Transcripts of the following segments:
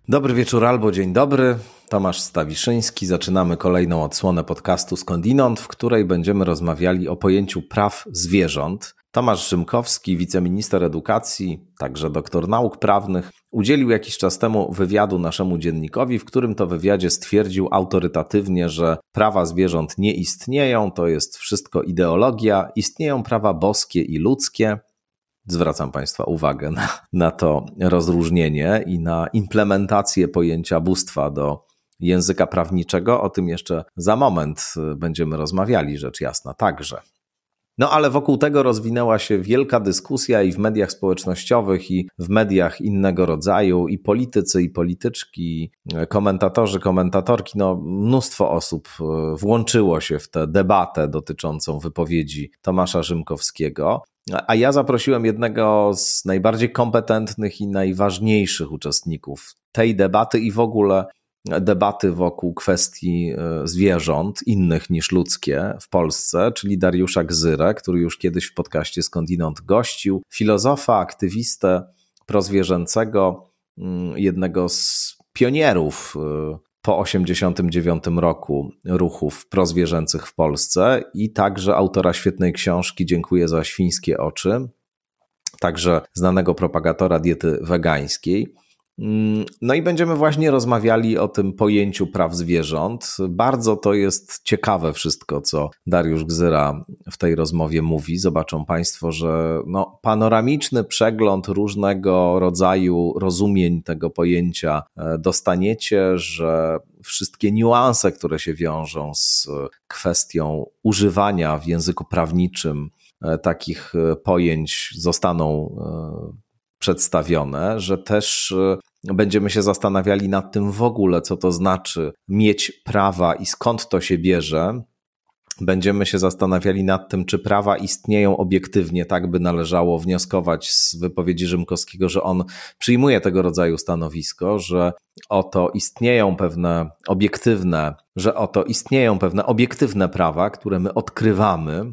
Dobry wieczór albo dzień dobry. Tomasz Stawiszyński. Zaczynamy kolejną odsłonę podcastu Skądinąd, w której będziemy rozmawiali o pojęciu praw zwierząt. Tomasz Rzymkowski, wiceminister edukacji, także doktor nauk prawnych, udzielił jakiś czas temu wywiadu naszemu dziennikowi, w którym to wywiadzie stwierdził autorytatywnie, że prawa zwierząt nie istnieją, to jest wszystko ideologia, istnieją prawa boskie i ludzkie. Zwracam Państwa uwagę na to rozróżnienie i na implementację pojęcia bóstwa do języka prawniczego. O tym jeszcze za moment będziemy rozmawiali, rzecz jasna, także. No ale wokół tego rozwinęła się wielka dyskusja i w mediach społecznościowych, i w mediach innego rodzaju, i politycy, i polityczki, komentatorzy, komentatorki, mnóstwo osób włączyło się w tę debatę dotyczącą wypowiedzi Tomasza Rzymkowskiego. A ja zaprosiłem jednego z najbardziej kompetentnych i najważniejszych uczestników tej debaty i w ogóle debaty wokół kwestii zwierząt innych niż ludzkie w Polsce, czyli Dariusza Gzyrę, który już kiedyś w podcaście Skądinąd gościł, filozofa, aktywistę prozwierzęcego, jednego z pionierów po 1989 roku ruchów prozwierzęcych w Polsce i także autora świetnej książki Dziękuję za świńskie oczy, także znanego propagatora diety wegańskiej. No i będziemy właśnie rozmawiali o tym pojęciu praw zwierząt. Bardzo to jest ciekawe wszystko, co Dariusz Gzyra w tej rozmowie mówi. Zobaczą Państwo, że panoramiczny przegląd różnego rodzaju rozumień tego pojęcia dostaniecie, że wszystkie niuanse, które się wiążą z kwestią używania w języku prawniczym takich pojęć zostaną przedstawione, że też będziemy się zastanawiali nad tym w ogóle, co to znaczy mieć prawa i skąd to się bierze. Będziemy się zastanawiali nad tym, czy prawa istnieją obiektywnie, tak by należało wnioskować z wypowiedzi Rzymkowskiego, że on przyjmuje tego rodzaju stanowisko, że oto istnieją pewne obiektywne prawa, które my odkrywamy,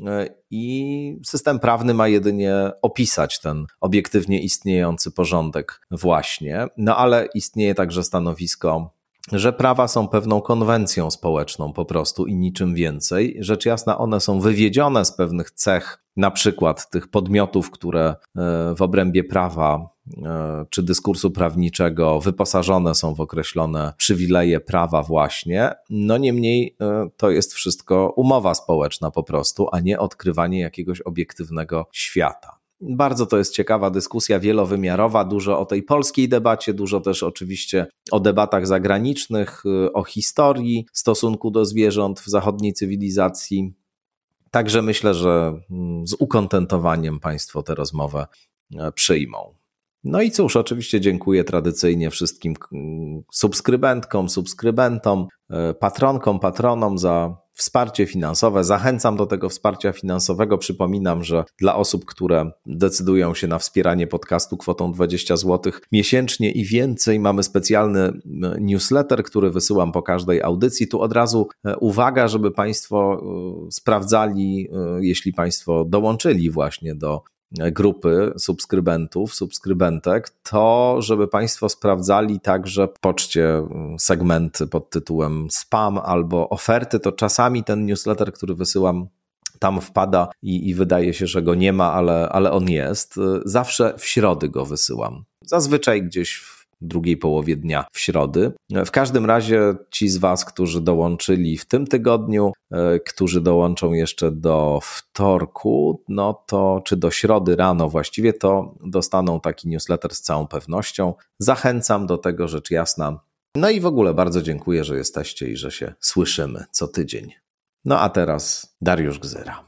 i system prawny ma jedynie opisać ten obiektywnie istniejący porządek właśnie. No ale istnieje także stanowisko, że prawa są pewną konwencją społeczną po prostu i niczym więcej. Rzecz jasna, one są wywiedzione z pewnych cech, na przykład tych podmiotów, które w obrębie prawa czy dyskursu prawniczego wyposażone są w określone przywileje prawa właśnie. No niemniej to jest wszystko umowa społeczna po prostu, a nie odkrywanie jakiegoś obiektywnego świata. Bardzo to jest ciekawa dyskusja, wielowymiarowa, dużo o tej polskiej debacie, dużo też oczywiście o debatach zagranicznych, o historii stosunku do zwierząt w zachodniej cywilizacji. Także myślę, że z ukontentowaniem Państwo tę rozmowę przyjmą. No i cóż, oczywiście dziękuję tradycyjnie wszystkim subskrybentkom, subskrybentom, patronkom, patronom za wsparcie finansowe. Zachęcam do tego wsparcia finansowego. Przypominam, że dla osób, które decydują się na wspieranie podcastu kwotą 20 zł miesięcznie i więcej, mamy specjalny newsletter, który wysyłam po każdej audycji. Tu od razu uwaga, żeby Państwo sprawdzali, jeśli Państwo dołączyli właśnie do grupy subskrybentów, subskrybentek, to żeby Państwo sprawdzali także w poczcie segmenty pod tytułem spam albo oferty, to czasami ten newsletter, który wysyłam, tam wpada i wydaje się, że go nie ma, ale on jest. Zawsze w środy go wysyłam. Zazwyczaj gdzieś w drugiej połowie dnia w środy. W każdym razie ci z Was, którzy dołączyli w tym tygodniu, którzy dołączą jeszcze do wtorku, no to czy do środy rano właściwie, to dostaną taki newsletter z całą pewnością. Zachęcam do tego, rzecz jasna. No i w ogóle bardzo dziękuję, że jesteście i że się słyszymy co tydzień. No a teraz Dariusz Gzyra.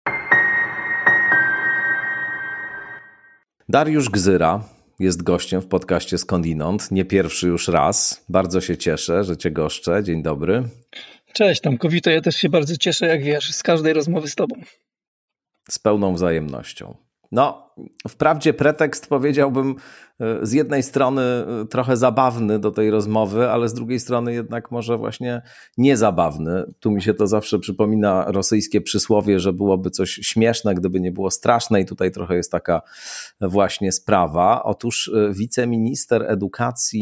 Dariusz Gzyra jest gościem w podcaście Skądinąd, nie pierwszy już raz. Bardzo się cieszę, że Cię goszczę. Dzień dobry. Cześć Tomkowito, ja też się bardzo cieszę, jak wiesz, z każdej rozmowy z Tobą. Z pełną wzajemnością. No, wprawdzie pretekst, powiedziałbym, z jednej strony trochę zabawny do tej rozmowy, ale z drugiej strony jednak może właśnie niezabawny. Tu mi się to zawsze przypomina rosyjskie przysłowie, że byłoby coś śmieszne, gdyby nie było straszne, i tutaj trochę jest taka właśnie sprawa. Otóż wiceminister edukacji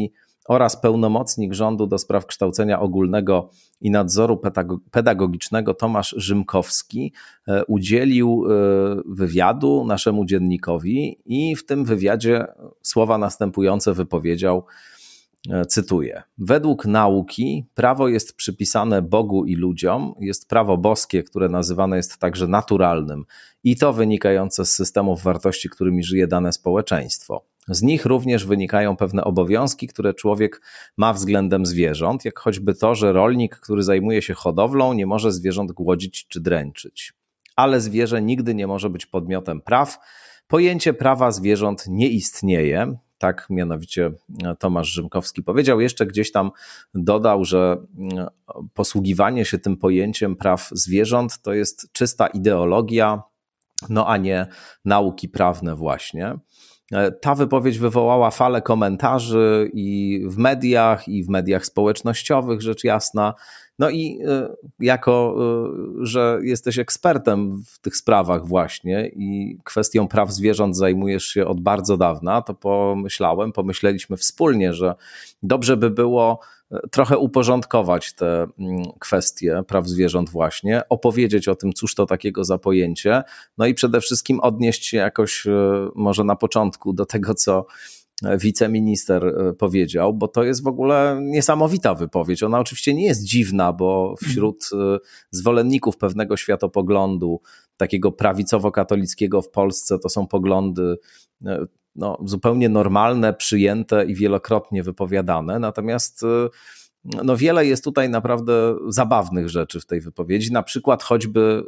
oraz pełnomocnik rządu do spraw kształcenia ogólnego i nadzoru pedagogicznego Tomasz Rzymkowski udzielił wywiadu naszemu dziennikowi i w tym wywiadzie słowa następujące wypowiedział, cytuję: według nauki prawo jest przypisane Bogu i ludziom, jest prawo boskie, które nazywane jest także naturalnym i to wynikające z systemów wartości, którymi żyje dane społeczeństwo. Z nich również wynikają pewne obowiązki, które człowiek ma względem zwierząt, jak choćby to, że rolnik, który zajmuje się hodowlą, nie może zwierząt głodzić czy dręczyć. Ale zwierzę nigdy nie może być podmiotem praw. Pojęcie prawa zwierząt nie istnieje. Tak mianowicie Tomasz Rzymkowski powiedział. Jeszcze gdzieś tam dodał, że posługiwanie się tym pojęciem praw zwierząt to jest czysta ideologia, no a nie nauki prawne właśnie. Ta wypowiedź wywołała falę komentarzy i w mediach społecznościowych, rzecz jasna. No i jako, że jesteś ekspertem w tych sprawach właśnie i kwestią praw zwierząt zajmujesz się od bardzo dawna, to pomyśleliśmy wspólnie, że dobrze by było trochę uporządkować te kwestie praw zwierząt właśnie, opowiedzieć o tym, cóż to takiego za pojęcie, no i przede wszystkim odnieść się jakoś może na początku do tego, co wiceminister powiedział, bo to jest w ogóle niesamowita wypowiedź. Ona oczywiście nie jest dziwna, bo wśród zwolenników pewnego światopoglądu, takiego prawicowo-katolickiego w Polsce, to są poglądy zupełnie normalne, przyjęte i wielokrotnie wypowiadane. Natomiast wiele jest tutaj naprawdę zabawnych rzeczy w tej wypowiedzi, na przykład choćby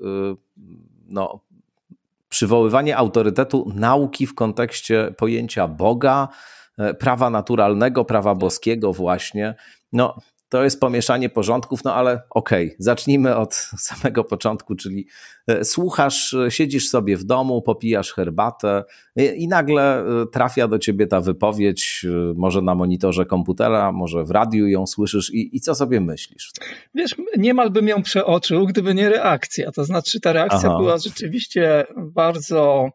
przywoływanie autorytetu nauki w kontekście pojęcia Boga, prawa naturalnego, prawa boskiego właśnie. To jest pomieszanie porządków, ale okej, zacznijmy od samego początku, czyli słuchasz, siedzisz sobie w domu, popijasz herbatę i nagle trafia do ciebie ta wypowiedź, może na monitorze komputera, może w radiu ją słyszysz i co sobie myślisz? Wiesz, niemal bym ją przeoczył, gdyby nie reakcja. To znaczy ta reakcja była rzeczywiście bardzo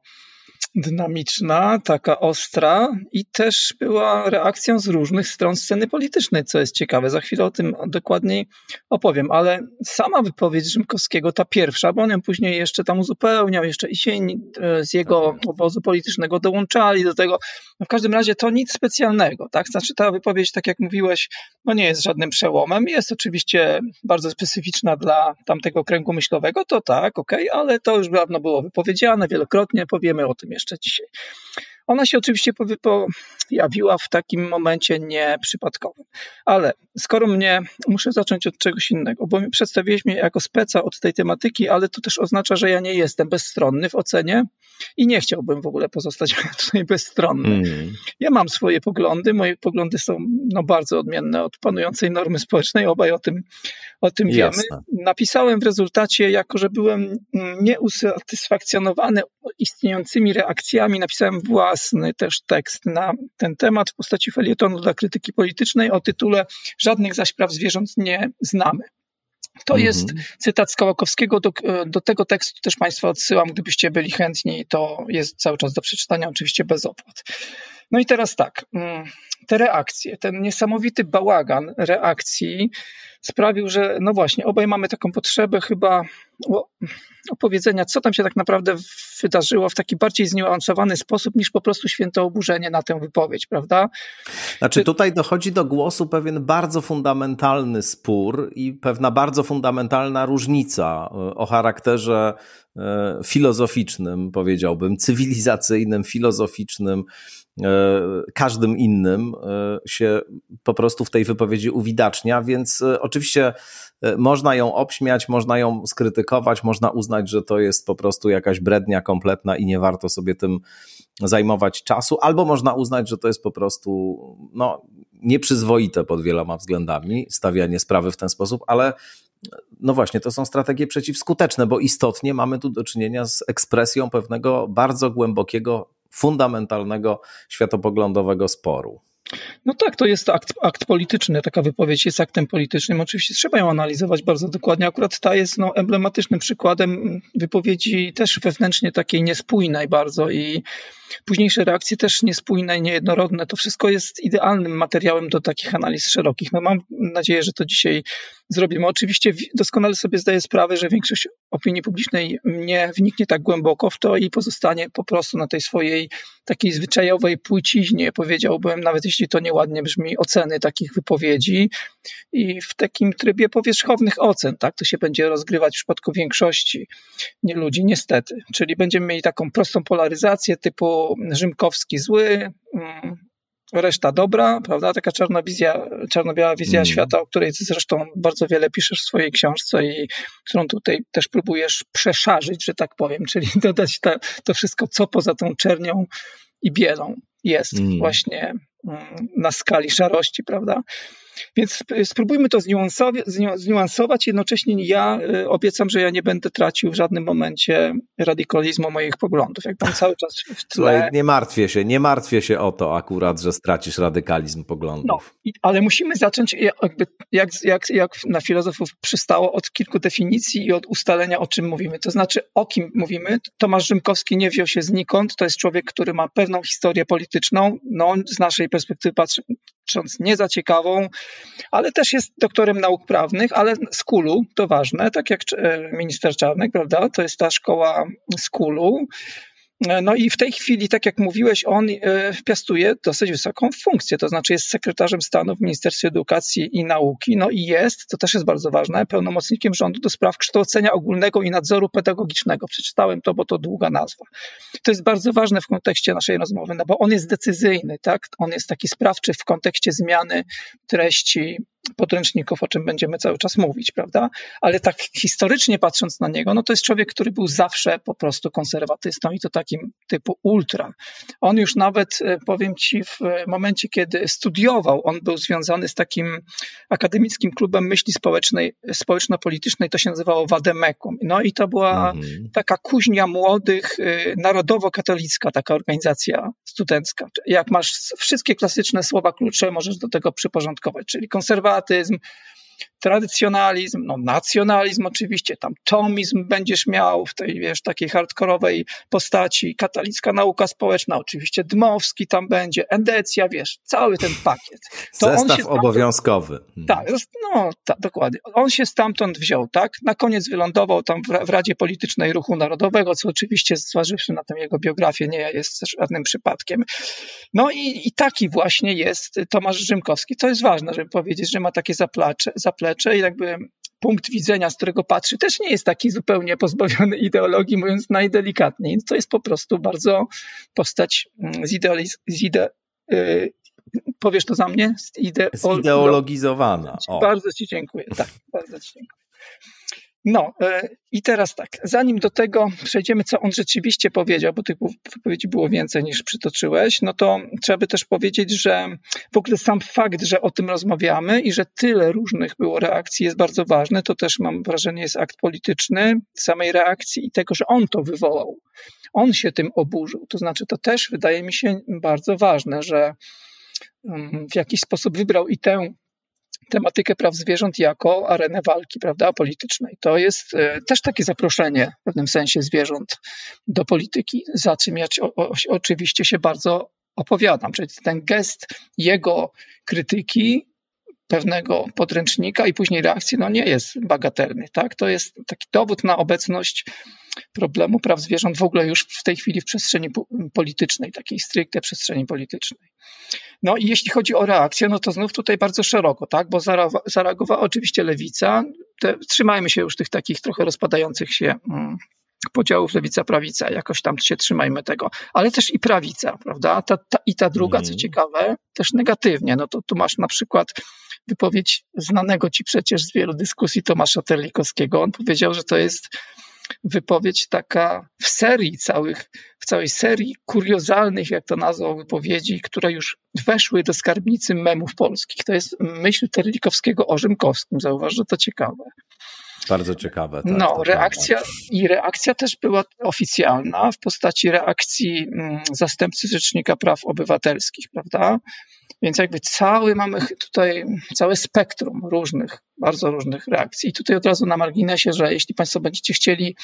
dynamiczna, taka ostra i też była reakcją z różnych stron sceny politycznej, co jest ciekawe. Za chwilę o tym dokładniej opowiem, ale sama wypowiedź Rzymkowskiego, ta pierwsza, bo on ją później jeszcze tam uzupełniał, jeszcze inni z jego obozu politycznego dołączali do tego. W każdym razie to nic specjalnego, tak? Znaczy ta wypowiedź, tak jak mówiłeś, nie jest żadnym przełomem, jest oczywiście bardzo specyficzna dla tamtego kręgu myślowego, to tak, okej, ale to już dawno było wypowiedziane wielokrotnie, powiemy o tym jeszcze dzisiaj. Ona się oczywiście pojawiła w takim momencie nieprzypadkowym. Ale skoro muszę zacząć od czegoś innego, bo przedstawiłeś mnie jako speca od tej tematyki, ale to też oznacza, że ja nie jestem bezstronny w ocenie i nie chciałbym w ogóle pozostać tutaj bezstronny. Ja mam swoje poglądy, moje poglądy są bardzo odmienne od panującej normy społecznej, obaj o tym wiemy. Napisałem w rezultacie, jako że byłem nieusatysfakcjonowany istniejącymi reakcjami, napisałem własny też tekst na ten temat w postaci felietonu dla krytyki politycznej o tytule „Żadnych zaś praw zwierząt nie znamy”. To jest cytat z Kołakowskiego, do tego tekstu też Państwa odsyłam, gdybyście byli chętni, to jest cały czas do przeczytania, oczywiście bez opłat. No i teraz tak, te reakcje, ten niesamowity bałagan reakcji sprawił, że właśnie, obaj mamy taką potrzebę chyba opowiedzenia, co tam się tak naprawdę wydarzyło w taki bardziej zniuansowany sposób niż po prostu święte oburzenie na tę wypowiedź, prawda? Znaczy tutaj dochodzi do głosu pewien bardzo fundamentalny spór i pewna bardzo fundamentalna różnica o charakterze filozoficznym, powiedziałbym, cywilizacyjnym, filozoficznym, każdym innym się po prostu w tej wypowiedzi uwidacznia, więc oczywiście można ją obśmiać, można ją skrytykować, można uznać, że to jest po prostu jakaś brednia kompletna i nie warto sobie tym zajmować czasu, albo można uznać, że to jest po prostu nieprzyzwoite pod wieloma względami stawianie sprawy w ten sposób, ale właśnie, to są strategie przeciwskuteczne, bo istotnie mamy tu do czynienia z ekspresją pewnego bardzo głębokiego, fundamentalnego, światopoglądowego sporu. No tak, to jest akt polityczny, taka wypowiedź jest aktem politycznym. Oczywiście trzeba ją analizować bardzo dokładnie. Akurat ta jest emblematycznym przykładem wypowiedzi też wewnętrznie takiej niespójnej bardzo i późniejsze reakcje też niespójne, niejednorodne. To wszystko jest idealnym materiałem do takich analiz szerokich. No mam nadzieję, że to dzisiaj zrobimy. Oczywiście doskonale sobie zdaję sprawę, że większość opinii publicznej nie wniknie tak głęboko w to i pozostanie po prostu na tej swojej takiej zwyczajowej płyciźnie, powiedziałbym, nawet jeśli to nieładnie brzmi, oceny takich wypowiedzi i w takim trybie powierzchownych ocen, tak? To się będzie rozgrywać w przypadku większości ludzi, niestety. Czyli będziemy mieli taką prostą polaryzację typu Rzymkowski zły, reszta dobra, prawda? Taka czarno-biała wizja świata, o której ty zresztą bardzo wiele piszesz w swojej książce i którą tutaj też próbujesz przeszarzyć, że tak powiem, czyli dodać to wszystko, co poza tą czernią i bielą jest właśnie na skali szarości, prawda? Więc spróbujmy to zniuansować. Jednocześnie ja obiecam, że ja nie będę tracił w żadnym momencie radykalizmu moich poglądów. Jak cały czas w tle... Słuchaj, nie martwię się o to akurat, że stracisz radykalizm poglądów. No, ale musimy zacząć, jak na filozofów przystało, od kilku definicji i od ustalenia, o czym mówimy. To znaczy, o kim mówimy. Tomasz Rzymkowski nie wziął się znikąd. To jest człowiek, który ma pewną historię polityczną. No, z naszej perspektywy patrząc nie za ciekawą, ale też jest doktorem nauk prawnych, ale z KUL-u, to ważne, tak jak minister Czarnek, prawda? To jest ta szkoła z KUL-u. No i w tej chwili, tak jak mówiłeś, on piastuje dosyć wysoką funkcję, to znaczy jest sekretarzem stanu w Ministerstwie Edukacji i Nauki, no i jest, to też jest bardzo ważne, pełnomocnikiem rządu do spraw kształcenia ogólnego i nadzoru pedagogicznego. Przeczytałem to, bo to długa nazwa. To jest bardzo ważne w kontekście naszej rozmowy, no bo on jest decyzyjny, tak? On jest taki sprawczy w kontekście zmiany treści podręczników, o czym będziemy cały czas mówić, prawda? Ale tak historycznie patrząc na niego, no to jest człowiek, który był zawsze po prostu konserwatystą i to takim typu ultra. On już nawet, powiem ci, w momencie, kiedy studiował, on był związany z takim akademickim klubem myśli społeczno-politycznej, to się nazywało Wademekum. No i to była taka kuźnia młodych, narodowo-katolicka taka organizacja studencka. Jak masz wszystkie klasyczne słowa klucze, możesz do tego przyporządkować, czyli konserwatyzm, tradycjonalizm, no nacjonalizm oczywiście, tam tomizm będziesz miał w tej, takiej hardkorowej postaci, katolicka nauka społeczna, oczywiście Dmowski tam będzie, endecja, cały ten pakiet. To zestaw obowiązkowy. Tak, dokładnie. On się stamtąd wziął, tak? Na koniec wylądował tam w Radzie Politycznej Ruchu Narodowego, co oczywiście, zważywszy na tę jego biografię, nie jest żadnym przypadkiem. No i taki właśnie jest Tomasz Rzymkowski. To jest ważne, żeby powiedzieć, że ma takie zaplecze i jakby punkt widzenia, z którego patrzy, też nie jest taki zupełnie pozbawiony ideologii, mówiąc najdelikatniej. To jest po prostu bardzo postać powiesz to za mnie? Zideologizowana. Bardzo ci dziękuję. Tak, bardzo ci dziękuję. No i teraz tak, zanim do tego przejdziemy, co on rzeczywiście powiedział, bo tych wypowiedzi było więcej niż przytoczyłeś, no to trzeba by też powiedzieć, że w ogóle sam fakt, że o tym rozmawiamy i że tyle różnych było reakcji jest bardzo ważny, to też mam wrażenie jest akt polityczny samej reakcji i tego, że on to wywołał. On się tym oburzył, to znaczy to też wydaje mi się bardzo ważne, że w jakiś sposób wybrał i tę tematykę praw zwierząt jako arenę walki, prawda, politycznej. To jest też takie zaproszenie w pewnym sensie zwierząt do polityki, za czym ja oczywiście się bardzo opowiadam. Czyli ten gest jego krytyki pewnego podręcznika i później reakcji, no nie jest bagatelny, tak? To jest taki dowód na obecność problemu praw zwierząt w ogóle już w tej chwili w przestrzeni politycznej, takiej stricte przestrzeni politycznej. No i jeśli chodzi o reakcję, no to znów tutaj bardzo szeroko, tak? Bo zareagowała oczywiście lewica. Trzymajmy się już tych takich trochę rozpadających się podziałów lewica-prawica, jakoś tam się trzymajmy tego, ale też i prawica, prawda? Ta druga, co ciekawe, też negatywnie. No to tu masz na przykład wypowiedź znanego ci przecież z wielu dyskusji Tomasza Terlikowskiego. On powiedział, że to jest wypowiedź taka w całej serii kuriozalnych, jak to nazwał, wypowiedzi, które już weszły do skarbnicy memów polskich. To jest myśl Terlikowskiego o Rzymkowskim. Zauważ, że to ciekawe. Bardzo ciekawe. Tak, no, reakcja też była oficjalna w postaci reakcji zastępcy Rzecznika Praw Obywatelskich, prawda? Więc jakby mamy tutaj całe spektrum różnych, bardzo różnych reakcji. I tutaj od razu na marginesie, że jeśli Państwo będziecie chcieli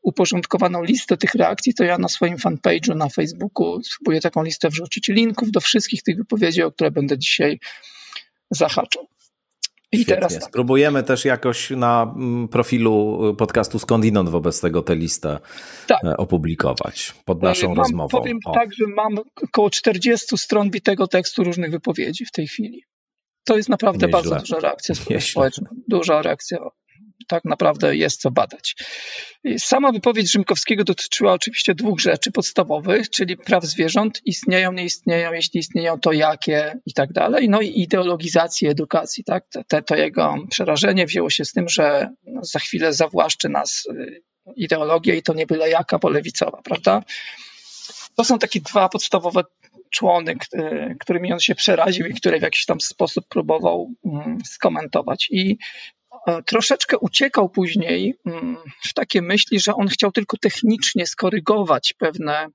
uporządkowaną listę tych reakcji, to ja na swoim fanpage'u na Facebooku spróbuję taką listę wrzucić linków do wszystkich tych wypowiedzi, o które będę dzisiaj zahaczał. Świetnie. Teraz spróbujemy też jakoś na profilu podcastu Skądinąd wobec tego tę listę opublikować pod naszą rozmową. Powiem tak, że mam około 40 stron bitego tekstu różnych wypowiedzi w tej chwili. To jest naprawdę bardzo duża reakcja społeczna. Duża reakcja. Tak naprawdę jest co badać. Sama wypowiedź Rzymkowskiego dotyczyła oczywiście dwóch rzeczy podstawowych, czyli praw zwierząt, istnieją, nie istnieją, jeśli istnieją, to jakie i tak dalej. No i ideologizacji edukacji. Tak? To jego przerażenie wzięło się z tym, że za chwilę zawłaszczy nas ideologia i to nie byle jaka, bo lewicowa, prawda? To są takie dwa podstawowe człony, którymi on się przeraził i które w jakiś tam sposób próbował skomentować. I troszeczkę uciekał później w takie myśli, że on chciał tylko technicznie skorygować pewne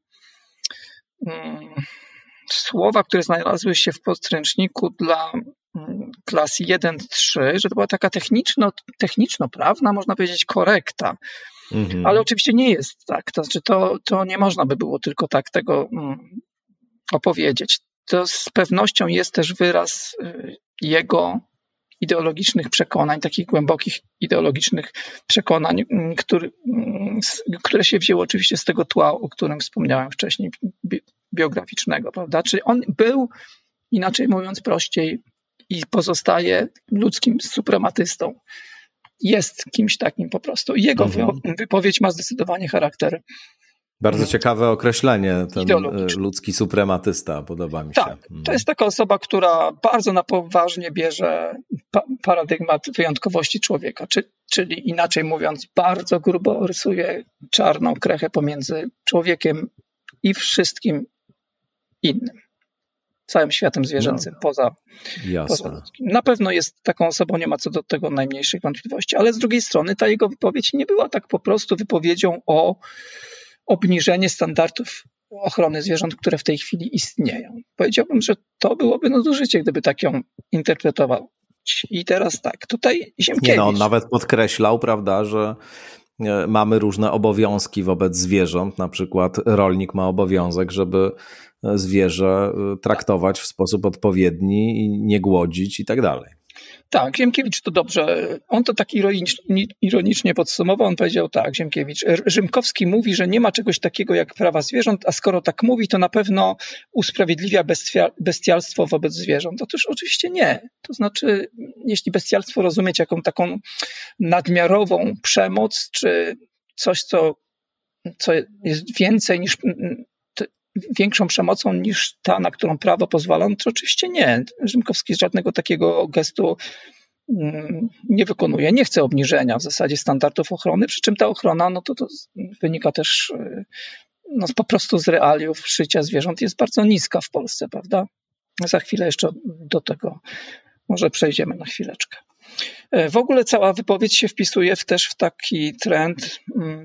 słowa, które znalazły się w podręczniku dla klas 1-3, że to była taka techniczno-prawna, można powiedzieć, korekta. Ale oczywiście nie jest tak. To znaczy to nie można by było tylko tak tego opowiedzieć. To z pewnością jest też wyraz jego ideologicznych przekonań, takich głębokich ideologicznych przekonań, które się wzięły oczywiście z tego tła, o którym wspomniałem wcześniej, biograficznego, prawda? Czyli on był, inaczej mówiąc prościej, i pozostaje ludzkim suprematystą. Jest kimś takim po prostu. Jego wypowiedź ma zdecydowanie charakter. Bardzo ciekawe określenie, ten ludzki suprematysta, podoba mi się. Tak, to jest taka osoba, która bardzo na poważnie bierze paradygmat wyjątkowości człowieka, czyli inaczej mówiąc, bardzo grubo rysuje czarną krechę pomiędzy człowiekiem i wszystkim innym. Całym światem zwierzęcym, poza ludzkim. Na pewno jest taką osobą, nie ma co do tego najmniejszych wątpliwości, ale z drugiej strony ta jego wypowiedź nie była tak po prostu wypowiedzią o obniżenie standardów ochrony zwierząt, które w tej chwili istnieją. Powiedziałbym, że to byłoby nadużycie, gdyby tak ją interpretował. I teraz tak, tutaj Ziemkiewicz... on nawet podkreślał, prawda, że mamy różne obowiązki wobec zwierząt. Na przykład rolnik ma obowiązek, żeby zwierzę traktować w sposób odpowiedni i nie głodzić i tak dalej. Tak, Ziemkiewicz to dobrze. On to tak ironicznie podsumował. On powiedział tak, Ziemkiewicz. Rzymkowski mówi, że nie ma czegoś takiego jak prawa zwierząt, a skoro tak mówi, to na pewno usprawiedliwia bestialstwo wobec zwierząt. Otóż oczywiście nie. To znaczy, jeśli bestialstwo rozumieć jaką taką nadmiarową przemoc, czy coś, co jest więcej niż... większą przemocą niż ta, na którą prawo pozwala, no to oczywiście nie. Rzymkowski żadnego takiego gestu nie wykonuje. Nie chce obniżenia w zasadzie standardów ochrony, przy czym ta ochrona, no to wynika też po prostu z realiów życia zwierząt, jest bardzo niska w Polsce, prawda? Za chwilę jeszcze do tego może przejdziemy na chwileczkę. W ogóle cała wypowiedź się wpisuje też w taki trend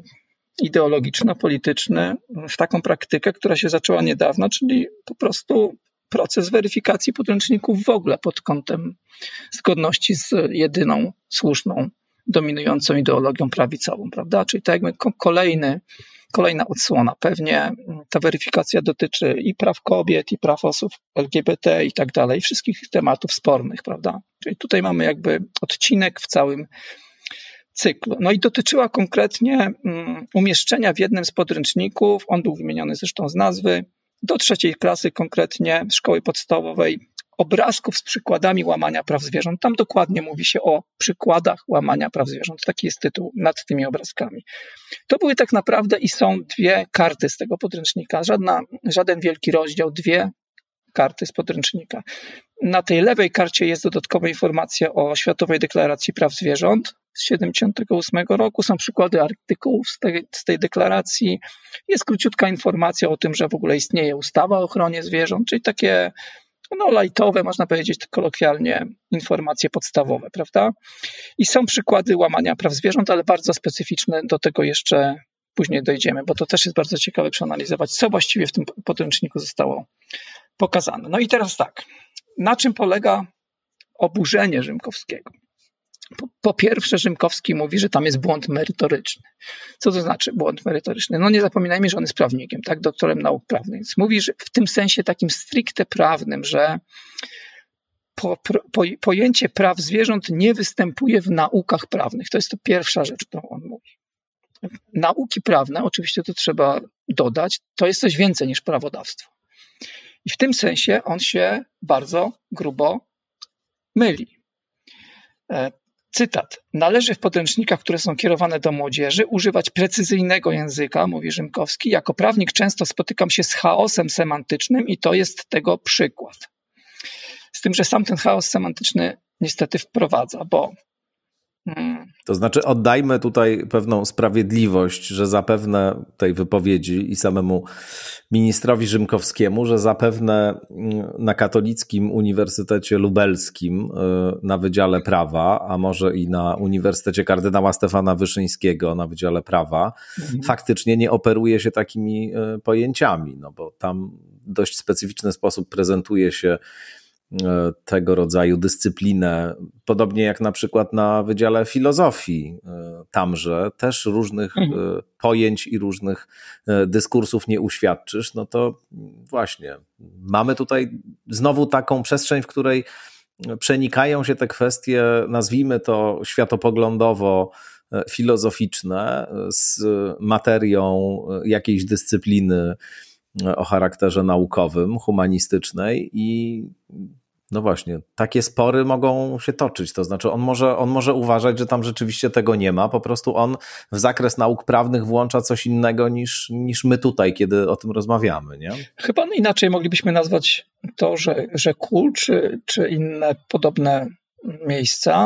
ideologiczno-polityczny, w taką praktykę, która się zaczęła niedawno, czyli po prostu proces weryfikacji podręczników w ogóle pod kątem zgodności z jedyną słuszną, dominującą ideologią prawicową, prawda? Czyli tak jakby kolejna odsłona. Pewnie ta weryfikacja dotyczy i praw kobiet, i praw osób LGBT i tak dalej, wszystkich tematów spornych, prawda? Czyli tutaj mamy jakby odcinek w całym cyklu. No i dotyczyła konkretnie umieszczenia w jednym z podręczników, on był wymieniony zresztą z nazwy, do 3. klasy konkretnie szkoły podstawowej, obrazków z przykładami łamania praw zwierząt. Tam dokładnie mówi się o przykładach łamania praw zwierząt. Taki jest tytuł nad tymi obrazkami. To były tak naprawdę i są 2 karty z tego podręcznika. Żaden wielki rozdział, 2 karty z podręcznika. Na tej lewej karcie jest dodatkowa informacja o Światowej Deklaracji Praw Zwierząt z 1978 roku. Są przykłady artykułów z tej deklaracji. Jest króciutka informacja o tym, że w ogóle istnieje ustawa o ochronie zwierząt, czyli takie lajtowe, można powiedzieć kolokwialnie, informacje podstawowe, prawda? I są przykłady łamania praw zwierząt, ale bardzo specyficzne, do tego jeszcze później dojdziemy, bo to też jest bardzo ciekawe przeanalizować, co właściwie w tym podręczniku zostało pokazane. No i teraz tak, na czym polega oburzenie Rzymkowskiego? Po pierwsze, Rzymkowski mówi, że tam jest błąd merytoryczny. Co to znaczy błąd merytoryczny? No nie zapominajmy, że on jest prawnikiem, tak, doktorem nauk prawnych. Więc mówi, że w tym sensie takim stricte prawnym, że pojęcie praw zwierząt nie występuje w naukach prawnych. To jest to pierwsza rzecz, którą on mówi. Nauki prawne, oczywiście to trzeba dodać, to jest coś więcej niż prawodawstwo. I w tym sensie on się bardzo grubo myli. Cytat. Należy w podręcznikach, które są kierowane do młodzieży, używać precyzyjnego języka, mówi Rzymkowski. Jako prawnik często spotykam się z chaosem semantycznym i to jest tego przykład. Z tym, że sam ten chaos semantyczny niestety wprowadza, bo... To znaczy oddajmy tutaj pewną sprawiedliwość, że zapewne tej wypowiedzi i samemu ministrowi Rzymkowskiemu, że zapewne na Katolickim Uniwersytecie Lubelskim na Wydziale Prawa, a może i na Uniwersytecie Kardynała Stefana Wyszyńskiego na Wydziale Prawa, faktycznie nie operuje się takimi pojęciami, no bo tam w dość specyficzny sposób prezentuje się tego rodzaju dyscyplinę, podobnie jak na przykład na Wydziale Filozofii, tamże też różnych pojęć i różnych dyskursów nie uświadczysz, no to właśnie mamy tutaj znowu taką przestrzeń, w której przenikają się te kwestie, nazwijmy to światopoglądowo filozoficzne z materią jakiejś dyscypliny o charakterze naukowym, humanistycznej i no właśnie, takie spory mogą się toczyć, to znaczy on może uważać, że tam rzeczywiście tego nie ma, po prostu on w zakres nauk prawnych włącza coś innego niż my tutaj, kiedy o tym rozmawiamy, nie? Chyba inaczej moglibyśmy nazwać to, że KUL czy inne podobne miejsca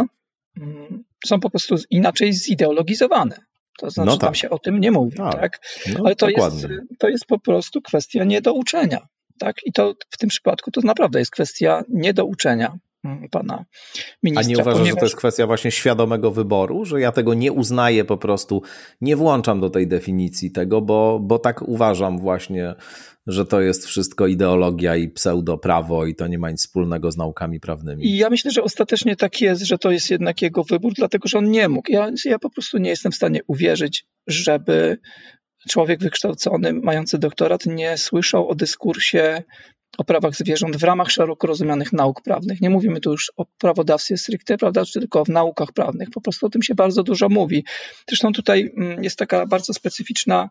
są po prostu inaczej zideologizowane. To znaczy, no tak. Tam się o tym nie mówi, tak? No, ale to jest po prostu kwestia niedouczenia, tak? I to w tym przypadku to naprawdę jest kwestia niedouczenia pana ministra. A nie uważasz, że to jest kwestia właśnie świadomego wyboru, że ja tego nie uznaję po prostu, nie włączam do tej definicji tego, bo tak uważam właśnie, że to jest wszystko ideologia i pseudoprawo i to nie ma nic wspólnego z naukami prawnymi. I ja myślę, że ostatecznie tak jest, że to jest jednak jego wybór, dlatego że on nie mógł. Ja po prostu nie jestem w stanie uwierzyć, żeby człowiek wykształcony, mający doktorat, nie słyszał o dyskursie o prawach zwierząt w ramach szeroko rozumianych nauk prawnych. Nie mówimy tu już o prawodawstwie stricte, prawda, czy tylko w naukach prawnych. Po prostu o tym się bardzo dużo mówi. Zresztą tutaj jest taka bardzo specyficzna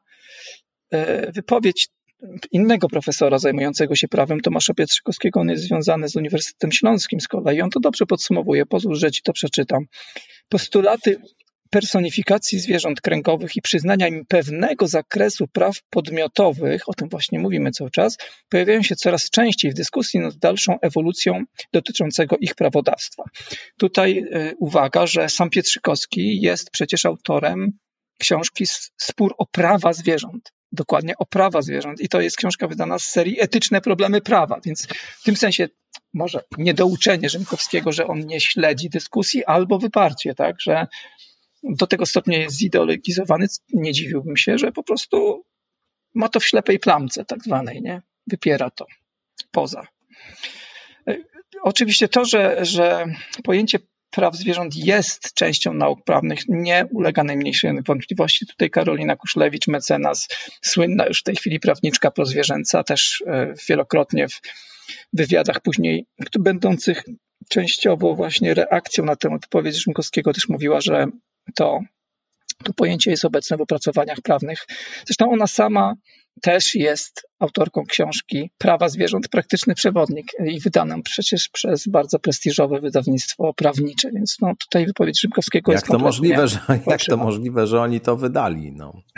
wypowiedź innego profesora zajmującego się prawem, Tomasza Pietrzykowskiego. On jest związany z Uniwersytetem Śląskim z kolei. On to dobrze podsumowuje. Pozwól, że ci to przeczytam. Postulaty personifikacji zwierząt kręgowych i przyznania im pewnego zakresu praw podmiotowych, o tym właśnie mówimy cały czas, pojawiają się coraz częściej w dyskusji nad dalszą ewolucją dotyczącego ich prawodawstwa. Tutaj uwaga, że sam Pietrzykowski jest przecież autorem książki Spór o prawa zwierząt. Dokładnie o prawa zwierząt. I to jest książka wydana z serii Etyczne problemy prawa, więc w tym sensie może niedouczenie Rzymkowskiego, że on nie śledzi dyskusji, albo wyparcie, tak, że do tego stopnia jest zideologizowany, nie dziwiłbym się, że po prostu ma to w ślepej plamce tak zwanej, nie? Wypiera to poza. Oczywiście to, że pojęcie praw zwierząt jest częścią nauk prawnych, nie ulega najmniejszej wątpliwości. Tutaj Karolina Kuszlewicz, mecenas, słynna już w tej chwili prawniczka prozwierzęca, też wielokrotnie w wywiadach później, będących częściowo właśnie reakcją na tę wypowiedź Rzymkowskiego, też mówiła, że to pojęcie jest obecne w opracowaniach prawnych. Zresztą ona sama też jest autorką książki Prawa zwierząt, praktyczny przewodnik i wydaną przecież przez bardzo prestiżowe wydawnictwo prawnicze, więc no, tutaj wypowiedź Rzymkowskiego jest kompletnie... Jak to możliwe, że oni to wydali?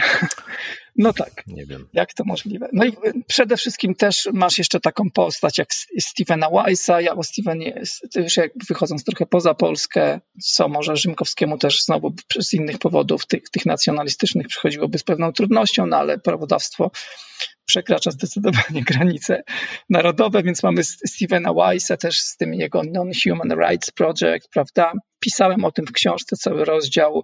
No tak, nie wiem. Jak to możliwe? No i przede wszystkim też masz jeszcze taką postać jak Stephena Weissa. Ja o Stephenie, już jakby wychodząc trochę poza Polskę, co może Rzymkowskiemu też znowu z innych powodów, tych nacjonalistycznych, przychodziłoby z pewną trudnością, no ale prawodawstwo przekracza zdecydowanie granice narodowe, więc mamy Stephena Weissa też z tym jego Non-Human Rights Project, prawda? Pisałem o tym w książce, cały rozdział,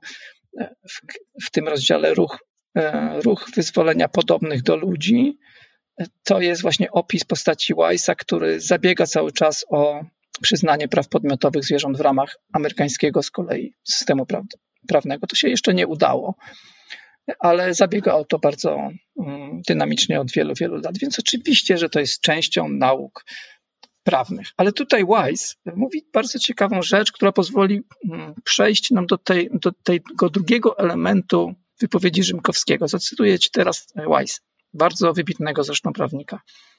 w tym rozdziale ruch wyzwolenia podobnych do ludzi. To jest właśnie opis postaci Weissa, który zabiega cały czas o przyznanie praw podmiotowych zwierząt w ramach amerykańskiego z kolei systemu prawnego. To się jeszcze nie udało, ale zabiega o to bardzo dynamicznie od wielu, wielu lat. Więc oczywiście, że to jest częścią nauk prawnych. Ale tutaj Wise mówi bardzo ciekawą rzecz, która pozwoli przejść nam do tego drugiego elementu wypowiedzi Rzymkowskiego. Zacytuję ci teraz Wise, bardzo wybitnego zresztą prawnika.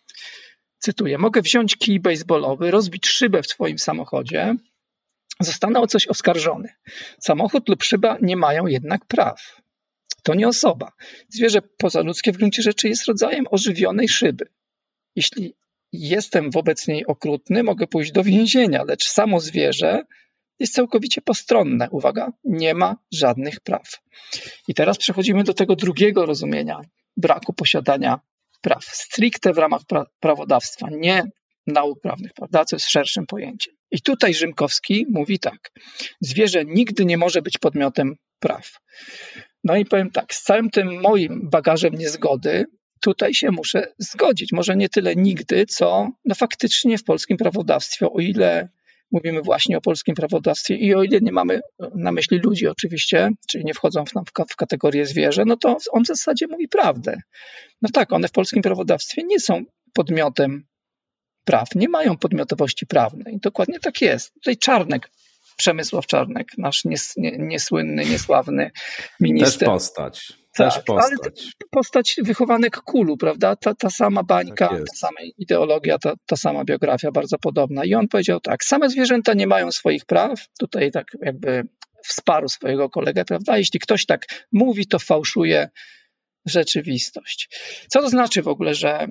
Cytuję: mogę wziąć kij baseballowy, rozbić szybę w twoim samochodzie, zostanę o coś oskarżony. Samochód lub szyba nie mają jednak praw. To nie osoba. Zwierzę pozaludzkie w gruncie rzeczy jest rodzajem ożywionej szyby. Jeśli jestem wobec niej okrutny, mogę pójść do więzienia, lecz samo zwierzę jest całkowicie postronne. Uwaga, nie ma żadnych praw. I teraz przechodzimy do tego drugiego rozumienia braku posiadania praw. Stricte w ramach prawodawstwa, nie nauk prawnych, prawda, co jest szerszym pojęciem. I tutaj Rzymkowski mówi tak: zwierzę nigdy nie może być podmiotem praw. No i powiem tak, z całym tym moim bagażem niezgody tutaj się muszę zgodzić. Może nie tyle nigdy, co faktycznie w polskim prawodawstwie, o ile mówimy właśnie o polskim prawodawstwie i o ile nie mamy na myśli ludzi oczywiście, czyli nie wchodzą w kategorię zwierzę, no to on w zasadzie mówi prawdę. No tak, one w polskim prawodawstwie nie są podmiotem praw, nie mają podmiotowości prawnej. Dokładnie tak jest. Tutaj Czarnek, Przemysław Czarnek, nasz niesłynny, niesławny minister. Też postać. Ale postać wychowanek Kulu, prawda? Ta sama bańka, tak ta sama ideologia, ta sama biografia bardzo podobna. I on powiedział tak: same zwierzęta nie mają swoich praw. Tutaj tak jakby wsparł swojego kolegę, prawda? Jeśli ktoś tak mówi, to fałszuje rzeczywistość. Co to znaczy w ogóle, że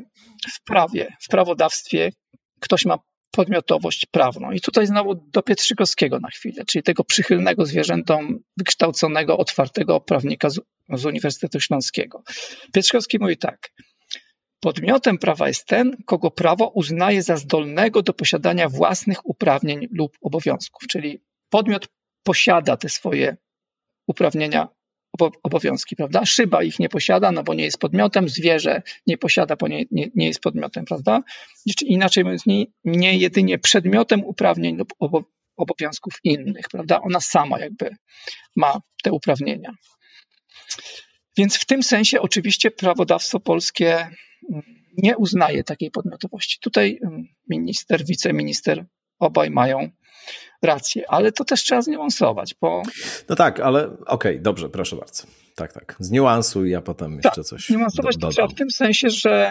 w prawodawstwie ktoś ma podmiotowość prawną? I tutaj znowu do Pietrzykowskiego na chwilę, czyli tego przychylnego zwierzętom, wykształconego, otwartego prawnika z Uniwersytetu Śląskiego. Pietrzykowski mówi tak: podmiotem prawa jest ten, kogo prawo uznaje za zdolnego do posiadania własnych uprawnień lub obowiązków, czyli podmiot posiada te swoje uprawnienia, obowiązki, prawda? Szyba ich nie posiada, no bo nie jest podmiotem, zwierzę nie posiada, bo nie jest podmiotem, prawda? Inaczej mówiąc, nie jedynie przedmiotem uprawnień lub obowiązków innych, prawda? Ona sama jakby ma te uprawnienia. Więc w tym sensie oczywiście prawodawstwo polskie nie uznaje takiej podmiotowości. Tutaj minister, wiceminister obaj mają rację, ale to też trzeba zniuansować, bo... No tak, ale okej, dobrze, proszę bardzo. Tak. Zniuansuj, ja potem jeszcze coś zniuansować to trzeba w tym sensie, że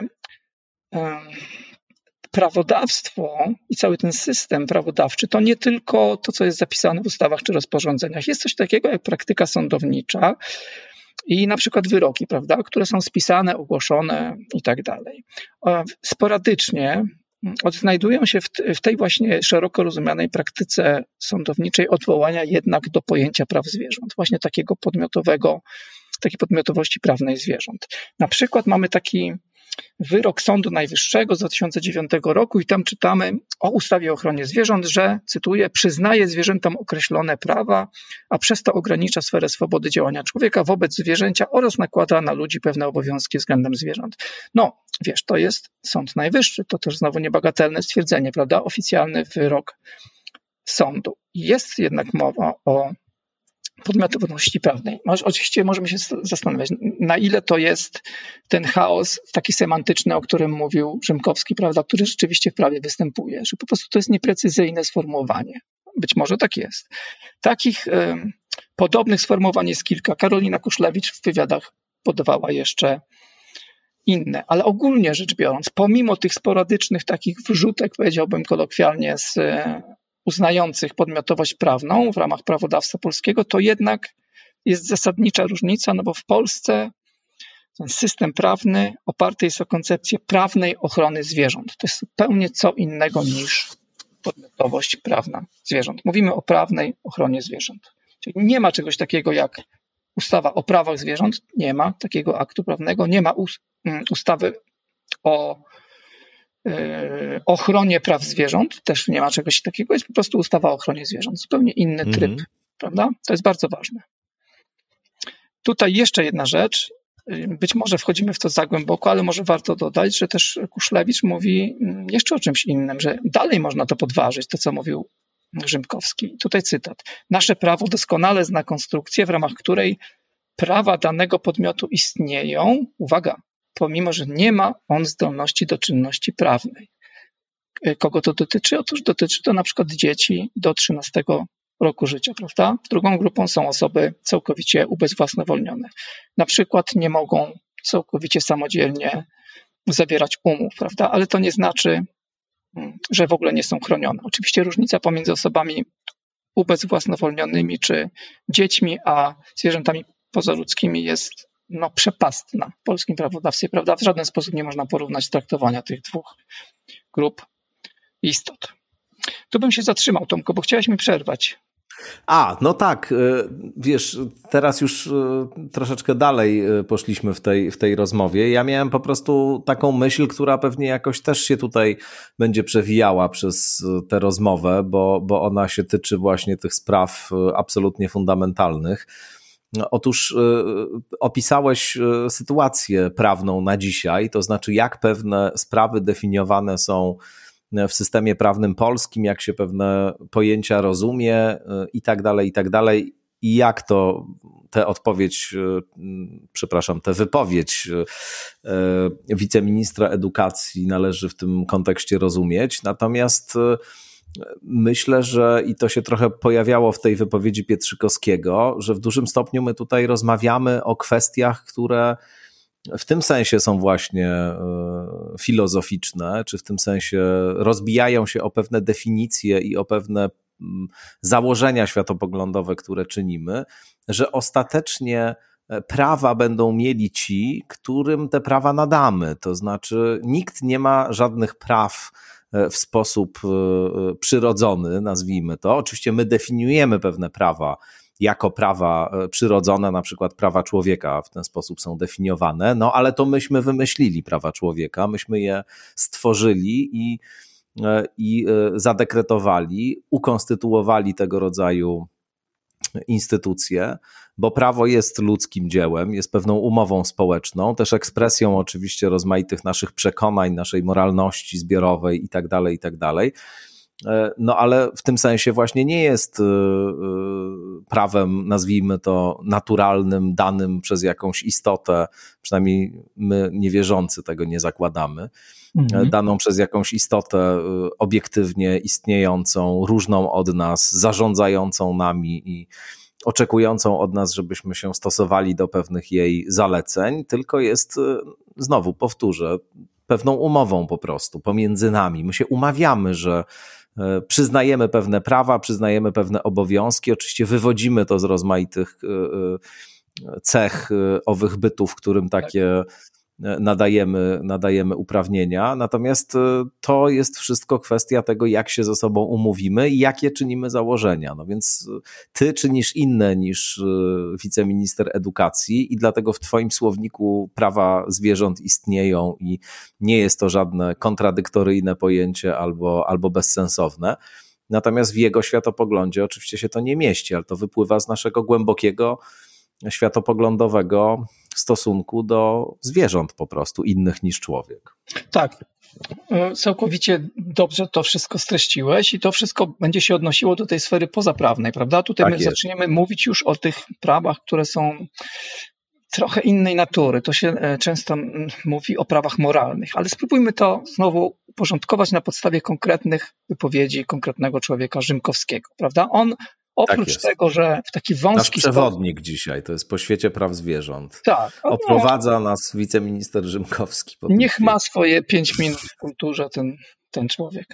prawodawstwo i cały ten system prawodawczy to nie tylko to, co jest zapisane w ustawach czy rozporządzeniach. Jest coś takiego jak praktyka sądownicza i na przykład wyroki, prawda, które są spisane, ogłoszone i tak dalej. Sporadycznie odnajdują się w tej właśnie szeroko rozumianej praktyce sądowniczej odwołania jednak do pojęcia praw zwierząt, właśnie takiej podmiotowości prawnej zwierząt. Na przykład mamy taki wyrok Sądu Najwyższego z 2009 roku i tam czytamy o ustawie o ochronie zwierząt, że, cytuję, przyznaje zwierzętom określone prawa, a przez to ogranicza sferę swobody działania człowieka wobec zwierzęcia oraz nakłada na ludzi pewne obowiązki względem zwierząt. No, wiesz, to jest Sąd Najwyższy, to też znowu niebagatelne stwierdzenie, prawda? Oficjalny wyrok sądu. Jest jednak mowa o podmiotowości prawnej. Oczywiście możemy się zastanawiać, na ile to jest ten chaos taki semantyczny, o którym mówił Rzymkowski, prawda, który rzeczywiście w prawie występuje, że po prostu to jest nieprecyzyjne sformułowanie. Być może tak jest. Takich podobnych sformułowań jest kilka. Karolina Kuszlewicz w wywiadach podawała jeszcze inne, ale ogólnie rzecz biorąc, pomimo tych sporadycznych takich wrzutek, powiedziałbym kolokwialnie, z uznających podmiotowość prawną w ramach prawodawstwa polskiego, to jednak jest zasadnicza różnica, no bo w Polsce ten system prawny oparty jest o koncepcję prawnej ochrony zwierząt. To jest zupełnie co innego niż podmiotowość prawna zwierząt. Mówimy o prawnej ochronie zwierząt. Czyli nie ma czegoś takiego jak ustawa o prawach zwierząt, nie ma takiego aktu prawnego, nie ma ustawy o ochronie praw zwierząt, też nie ma czegoś takiego, jest po prostu ustawa o ochronie zwierząt, zupełnie inny tryb, prawda? To jest bardzo ważne. Tutaj jeszcze jedna rzecz, być może wchodzimy w to za głęboko, ale może warto dodać, że też Kuszlewicz mówi jeszcze o czymś innym, że dalej można to podważyć, to co mówił Rzymkowski. Tutaj cytat. Nasze prawo doskonale zna konstrukcję, w ramach której prawa danego podmiotu istnieją, uwaga, pomimo że nie ma on zdolności do czynności prawnej. Kogo to dotyczy? Otóż dotyczy to na przykład dzieci do 13 roku życia, prawda? Drugą grupą są osoby całkowicie ubezwłasnowolnione. Na przykład nie mogą całkowicie samodzielnie zawierać umów, prawda? Ale to nie znaczy, że w ogóle nie są chronione. Oczywiście różnica pomiędzy osobami ubezwłasnowolnionymi czy dziećmi, a zwierzętami pozaludzkimi jest przepastna w polskim prawodawstwie, prawda? W żaden sposób nie można porównać traktowania tych dwóch grup istot. Tu bym się zatrzymał, Tomku, bo chciałeś mi przerwać. No tak, wiesz, teraz już troszeczkę dalej poszliśmy w tej rozmowie. Ja miałem po prostu taką myśl, która pewnie jakoś też się tutaj będzie przewijała przez tę rozmowę, bo ona się tyczy właśnie tych spraw absolutnie fundamentalnych. Otóż opisałeś sytuację prawną na dzisiaj, to znaczy jak pewne sprawy definiowane są w systemie prawnym polskim, jak się pewne pojęcia rozumie i tak dalej, i jak to tę wypowiedź wiceministra edukacji należy w tym kontekście rozumieć. Natomiast myślę, że i to się trochę pojawiało w tej wypowiedzi Pietrzykowskiego, że w dużym stopniu my tutaj rozmawiamy o kwestiach, które w tym sensie są właśnie filozoficzne, czy w tym sensie rozbijają się o pewne definicje i o pewne założenia światopoglądowe, które czynimy, że ostatecznie prawa będą mieli ci, którym te prawa nadamy. To znaczy nikt nie ma żadnych praw w sposób przyrodzony, nazwijmy to. Oczywiście my definiujemy pewne prawa jako prawa przyrodzone, na przykład prawa człowieka w ten sposób są definiowane, ale to myśmy wymyślili prawa człowieka, myśmy je stworzyli i zadekretowali, ukonstytuowali tego rodzaju instytucje, bo prawo jest ludzkim dziełem, jest pewną umową społeczną, też ekspresją oczywiście rozmaitych naszych przekonań, naszej moralności zbiorowej i tak dalej. Ale w tym sensie właśnie nie jest prawem, nazwijmy to, naturalnym, danym przez jakąś istotę, przynajmniej my niewierzący tego nie zakładamy, daną przez jakąś istotę obiektywnie istniejącą, różną od nas, zarządzającą nami i oczekującą od nas, żebyśmy się stosowali do pewnych jej zaleceń, tylko jest, znowu powtórzę, pewną umową po prostu pomiędzy nami. My się umawiamy, że przyznajemy pewne prawa, przyznajemy pewne obowiązki, oczywiście wywodzimy to z rozmaitych cech owych bytów, którym takie nadajemy uprawnienia, natomiast to jest wszystko kwestia tego, jak się ze sobą umówimy i jakie czynimy założenia. Więc ty czynisz inne niż wiceminister edukacji i dlatego w twoim słowniku prawa zwierząt istnieją i nie jest to żadne kontradyktoryjne pojęcie albo bezsensowne. Natomiast w jego światopoglądzie oczywiście się to nie mieści, ale to wypływa z naszego głębokiego światopoglądowego stosunku do zwierząt po prostu, innych niż człowiek. Tak, całkowicie dobrze to wszystko streściłeś i to wszystko będzie się odnosiło do tej sfery pozaprawnej, prawda? Tutaj my zaczniemy mówić już o tych prawach, które są trochę innej natury. To się często mówi o prawach moralnych, ale spróbujmy to znowu uporządkować na podstawie konkretnych wypowiedzi konkretnego człowieka, Rzymkowskiego, prawda? On oprócz tego, że w taki wąski Nasz przewodnik dzisiaj, to jest po świecie praw zwierząt. Tak. Oprowadza nas wiceminister Rzymkowski. Niech ma swoje 5 minut w kulturze ten człowiek.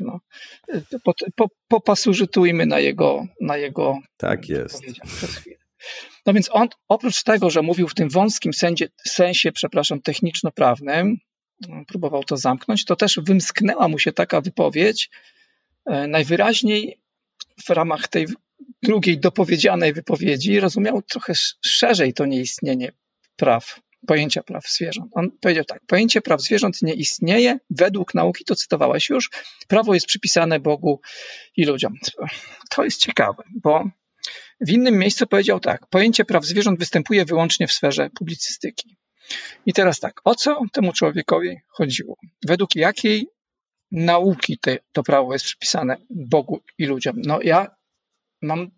Popasużytujmy na jego tak jest. Przez chwilę. No więc on oprócz tego, że mówił w tym wąskim sensie, techniczno-prawnym, próbował to zamknąć, to też wymsknęła mu się taka wypowiedź, najwyraźniej w ramach tej drugiej dopowiedzianej wypowiedzi rozumiał trochę szerzej to nieistnienie pojęcia praw zwierząt. On powiedział tak, pojęcie praw zwierząt nie istnieje według nauki, to cytowałeś już, prawo jest przypisane Bogu i ludziom. To jest ciekawe, bo w innym miejscu powiedział tak, pojęcie praw zwierząt występuje wyłącznie w sferze publicystyki. I teraz tak, o co temu człowiekowi chodziło? Według jakiej nauki to prawo jest przypisane Bogu i ludziom? No ja mam...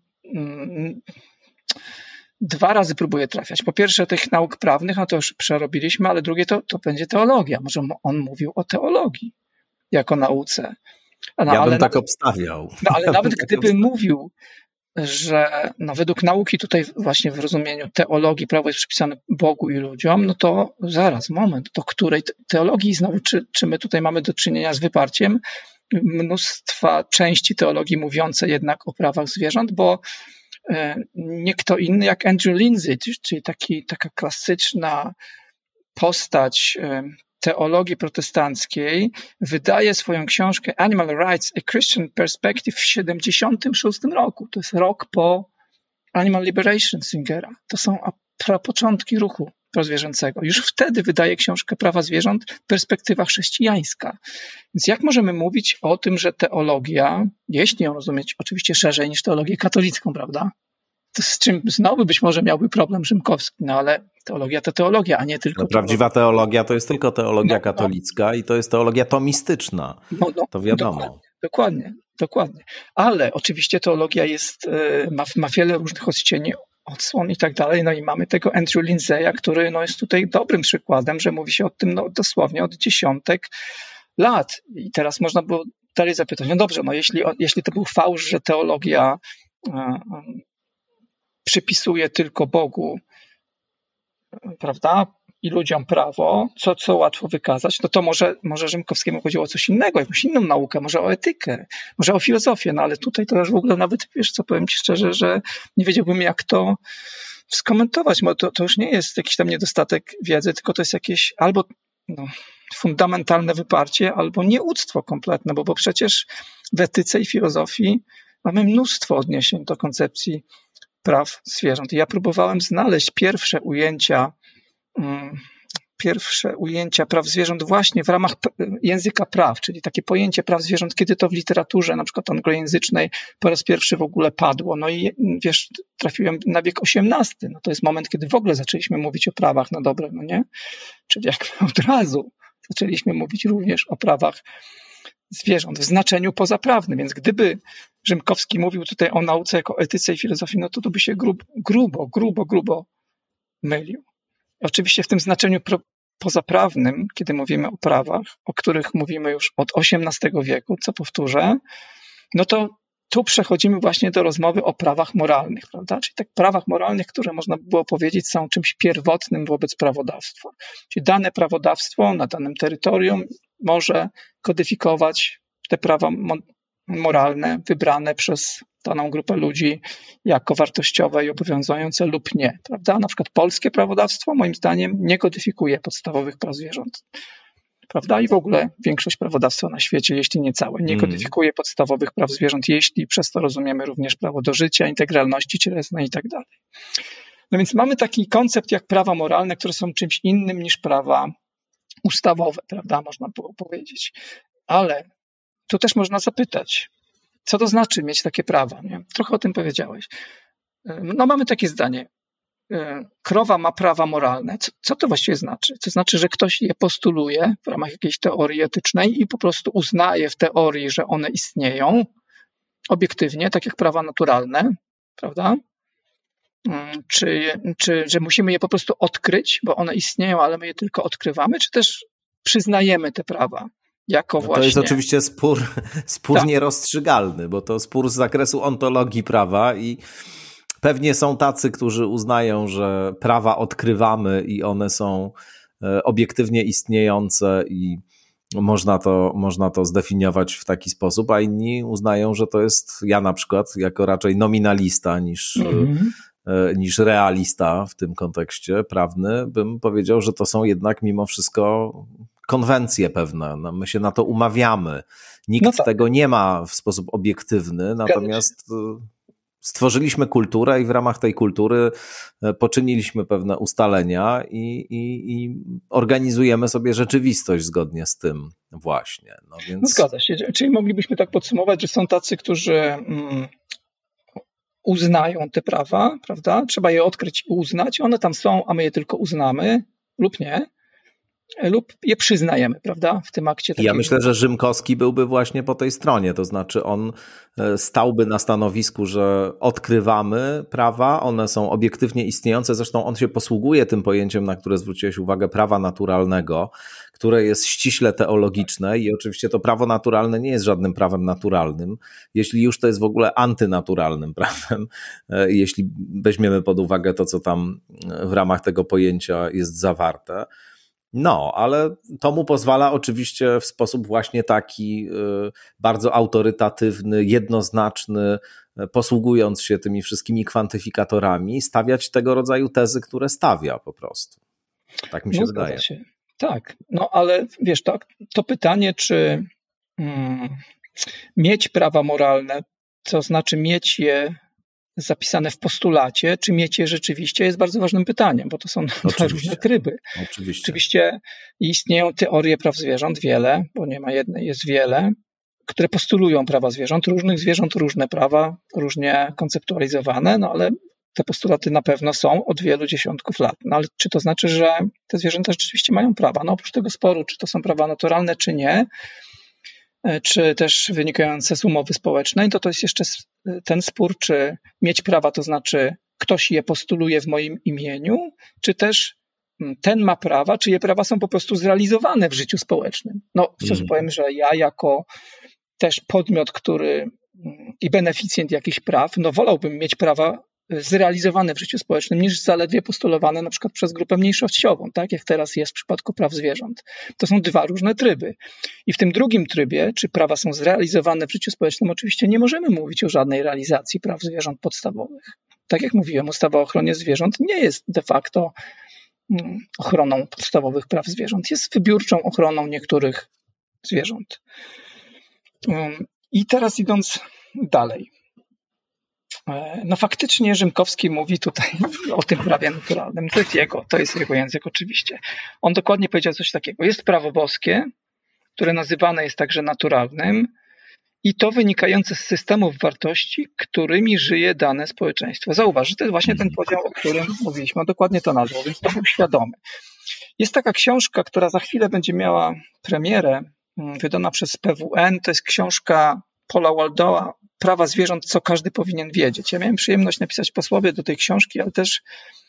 2 razy próbuję trafiać. Po pierwsze tych nauk prawnych, no to już przerobiliśmy, ale drugie to będzie teologia. Może on mówił o teologii jako nauce. No, ja bym tak obstawiał. No, ale nawet gdyby mówił, że według nauki tutaj właśnie w rozumieniu teologii prawo jest przypisane Bogu i ludziom, no to zaraz, moment, do której teologii znowu, czy my tutaj mamy do czynienia z wyparciem mnóstwa części teologii mówiące jednak o prawach zwierząt, bo nie kto inny jak Andrew Lindsay, czyli taka klasyczna postać teologii protestanckiej, wydaje swoją książkę Animal Rights, A Christian Perspective w 1976 roku. To jest rok po Animal Liberation Swingera. To są początki ruchu prozwierzęcego. Już wtedy wydaje książkę Prawa zwierząt, perspektywa chrześcijańska. Więc jak możemy mówić o tym, że teologia, jeśli ją rozumieć oczywiście szerzej niż teologię katolicką, prawda? To z czym znowu być może miałby problem Rzymkowski, no ale teologia to teologia, a nie tylko... Prawdziwa teologia to jest tylko teologia katolicka i to jest teologia tomistyczna. To wiadomo. Dokładnie. Ale oczywiście teologia ma wiele różnych odcieni, odsłon i tak dalej. No i mamy tego Andrew Lindsaya, który jest tutaj dobrym przykładem, że mówi się o tym dosłownie od dziesiątek lat. I teraz można było dalej zapytać, no dobrze, jeśli to był fałsz, że teologia przypisuje tylko Bogu, prawda, i ludziom prawo, co łatwo wykazać, no to może Rzymkowskiemu chodziło o coś innego, jakąś inną naukę, może o etykę, może o filozofię, no ale tutaj to już w ogóle nawet, powiem ci szczerze, że nie wiedziałbym, jak to skomentować, bo to już nie jest jakiś tam niedostatek wiedzy, tylko to jest jakieś albo fundamentalne wyparcie, albo nieuctwo kompletne, bo przecież w etyce i filozofii mamy mnóstwo odniesień do koncepcji praw zwierząt. I ja próbowałem znaleźć pierwsze ujęcia praw zwierząt właśnie w ramach języka praw, czyli takie pojęcie praw zwierząt, kiedy to w literaturze na przykład anglojęzycznej po raz pierwszy w ogóle padło. No i trafiłem na wiek XVIII. No to jest moment, kiedy w ogóle zaczęliśmy mówić o prawach na dobre, no nie? Czyli jak od razu zaczęliśmy mówić również o prawach zwierząt w znaczeniu pozaprawnym. Więc gdyby Rzymkowski mówił tutaj o nauce jako etyce i filozofii, no to by się grubo mylił. Oczywiście w tym znaczeniu pozaprawnym, kiedy mówimy o prawach, o których mówimy już od XVIII wieku, co powtórzę, no to tu przechodzimy właśnie do rozmowy o prawach moralnych, prawda? Czyli tak prawach moralnych, które można by było powiedzieć są czymś pierwotnym wobec prawodawstwa. Czyli dane prawodawstwo na danym terytorium może kodyfikować te prawa moralne wybrane przez daną grupę ludzi jako wartościowe i obowiązujące lub nie, prawda? Na przykład polskie prawodawstwo moim zdaniem nie kodyfikuje podstawowych praw zwierząt, prawda? I w ogóle większość prawodawstwa na świecie, jeśli nie całe, nie kodyfikuje podstawowych praw zwierząt, jeśli przez to rozumiemy również prawo do życia, integralności cielesnej i tak dalej. No więc mamy taki koncept jak prawa moralne, które są czymś innym niż prawa ustawowe, prawda? Można było powiedzieć. Ale tu też można zapytać, co to znaczy mieć takie prawa? Nie? Trochę o tym powiedziałeś. No mamy takie zdanie. Krowa ma prawa moralne. Co to właściwie znaczy? To znaczy, że ktoś je postuluje w ramach jakiejś teorii etycznej i po prostu uznaje w teorii, że one istnieją obiektywnie, tak jak prawa naturalne, prawda? Czy że musimy je po prostu odkryć, bo one istnieją, ale my je tylko odkrywamy, czy też przyznajemy te prawa? To jest oczywiście spór tak. Nierozstrzygalny, bo to spór z zakresu ontologii prawa i pewnie są tacy, którzy uznają, że prawa odkrywamy i one są obiektywnie istniejące i można to zdefiniować w taki sposób, a inni uznają, że to jest, ja na przykład, jako raczej nominalista niż realista w tym kontekście prawny, bym powiedział, że to są jednak mimo wszystko konwencje pewne. No, my się na to umawiamy. Nikt tego nie ma w sposób obiektywny, natomiast stworzyliśmy kulturę i w ramach tej kultury poczyniliśmy pewne ustalenia i organizujemy sobie rzeczywistość zgodnie z tym właśnie. No zgadza się. Czyli moglibyśmy tak podsumować, że są tacy, którzy uznają te prawa, prawda? Trzeba je odkryć i uznać. One tam są, a my je tylko uznamy. lub nie, lub je przyznajemy, prawda, w tym akcie. Ja myślę, że Rzymkowski byłby właśnie po tej stronie, to znaczy on stałby na stanowisku, że odkrywamy prawa, one są obiektywnie istniejące, zresztą on się posługuje tym pojęciem, na które zwróciłeś uwagę, prawa naturalnego, które jest ściśle teologiczne i oczywiście to prawo naturalne nie jest żadnym prawem naturalnym, jeśli już to jest w ogóle antynaturalnym prawem, jeśli weźmiemy pod uwagę to, co tam w ramach tego pojęcia jest zawarte. No, ale to mu pozwala oczywiście w sposób właśnie taki bardzo autorytatywny, jednoznaczny, posługując się tymi wszystkimi kwantyfikatorami, stawiać tego rodzaju tezy, które stawia po prostu. Tak mi się wydaje. Się. Tak, no ale wiesz, to pytanie, czy mieć prawa moralne, to znaczy mieć je zapisane w postulacie, czy mieć je rzeczywiście, jest bardzo ważnym pytaniem, bo to są dwa różne tryby. Oczywiście istnieją teorie praw zwierząt, wiele, bo nie ma jednej, jest wiele, które postulują prawa zwierząt, różnych zwierząt, różne prawa, różnie konceptualizowane, no ale te postulaty na pewno są od wielu dziesiątków lat. No ale czy to znaczy, że te zwierzęta rzeczywiście mają prawa? No oprócz tego sporu, czy to są prawa naturalne, czy nie, czy też wynikające z umowy społecznej, to jest jeszcze ten spór, czy mieć prawa, to znaczy ktoś je postuluje w moim imieniu, czy też ten ma prawa, czyje prawa są po prostu zrealizowane w życiu społecznym. No, szczerze powiem, że ja jako też podmiot, który i beneficjent jakichś praw, no wolałbym mieć prawa zrealizowane w życiu społecznym niż zaledwie postulowane na przykład przez grupę mniejszościową, tak jak teraz jest w przypadku praw zwierząt. To są dwa różne tryby. I w tym drugim trybie, czy prawa są zrealizowane w życiu społecznym, oczywiście nie możemy mówić o żadnej realizacji praw zwierząt podstawowych. Tak jak mówiłem, ustawa o ochronie zwierząt nie jest de facto ochroną podstawowych praw zwierząt. Jest wybiórczą ochroną niektórych zwierząt. I teraz idąc dalej. No faktycznie Rzymkowski mówi tutaj o tym prawie naturalnym. To jest jego język oczywiście. On dokładnie powiedział coś takiego. Jest prawo boskie, które nazywane jest także naturalnym i to wynikające z systemów wartości, którymi żyje dane społeczeństwo. Zauważ, że to jest właśnie ten podział, o którym mówiliśmy. On dokładnie to nazwał, więc to był świadomy. Jest taka książka, która za chwilę będzie miała premierę, wydana przez PWN. To jest książka Paula Waldoa, Prawa zwierząt, co każdy powinien wiedzieć. Ja miałem przyjemność napisać posłowie do tej książki, ale też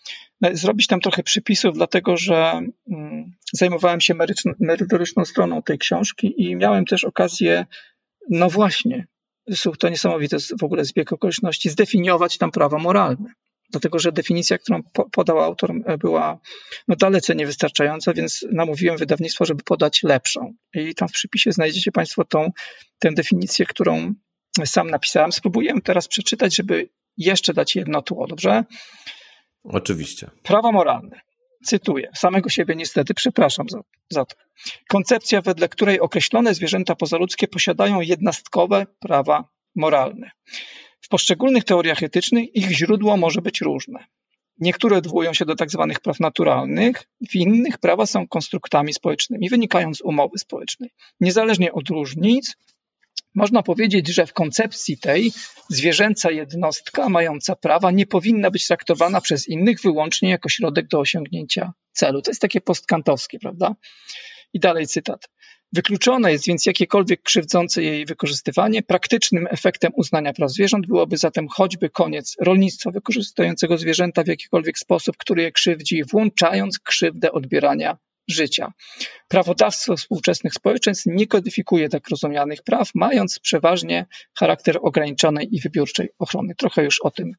zrobić tam trochę przypisów, dlatego że zajmowałem się merytoryczną stroną tej książki i miałem też okazję, no właśnie, to niesamowite w ogóle zbieg okoliczności, zdefiniować tam prawa moralne. Dlatego że definicja, którą podał autor, była dalece niewystarczająca, więc namówiłem wydawnictwo, żeby podać lepszą. I tam w przypisie znajdziecie Państwo tę definicję, którą sam napisałem. Spróbuję teraz przeczytać, żeby jeszcze dać jedno tło, dobrze? Oczywiście. Prawa moralne. Cytuję, samego siebie niestety, przepraszam za to. Koncepcja, wedle której określone zwierzęta pozaludzkie posiadają jednostkowe prawa moralne. W poszczególnych teoriach etycznych ich źródło może być różne. Niektóre odwołują się do tak zwanych praw naturalnych, w innych prawa są konstruktami społecznymi, wynikają z umowy społecznej. Niezależnie od różnic, można powiedzieć, że w koncepcji tej zwierzęca jednostka mająca prawa nie powinna być traktowana przez innych wyłącznie jako środek do osiągnięcia celu. To jest takie postkantowskie, prawda? I dalej cytat. Wykluczone jest więc jakiekolwiek krzywdzące jej wykorzystywanie. Praktycznym efektem uznania praw zwierząt byłoby zatem choćby koniec rolnictwa wykorzystującego zwierzęta w jakikolwiek sposób, który je krzywdzi, włączając krzywdę odbierania życia. Prawodawstwo współczesnych społeczeństw nie kodyfikuje tak rozumianych praw, mając przeważnie charakter ograniczonej i wybiórczej ochrony. Trochę już o tym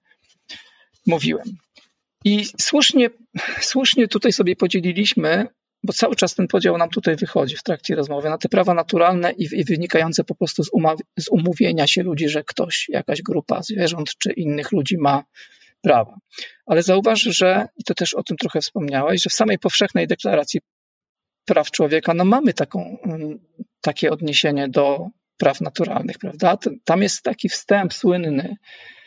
mówiłem. I słusznie tutaj sobie podzieliliśmy, bo cały czas ten podział nam tutaj wychodzi w trakcie rozmowy, na te prawa naturalne i wynikające po prostu z umówienia się ludzi, że ktoś, jakaś grupa zwierząt czy innych ludzi ma prawa. Ale zauważ, że, i to też o tym trochę wspomniałeś, że w samej powszechnej deklaracji praw człowieka mamy takie odniesienie do praw naturalnych, prawda? Tam jest taki wstęp słynny,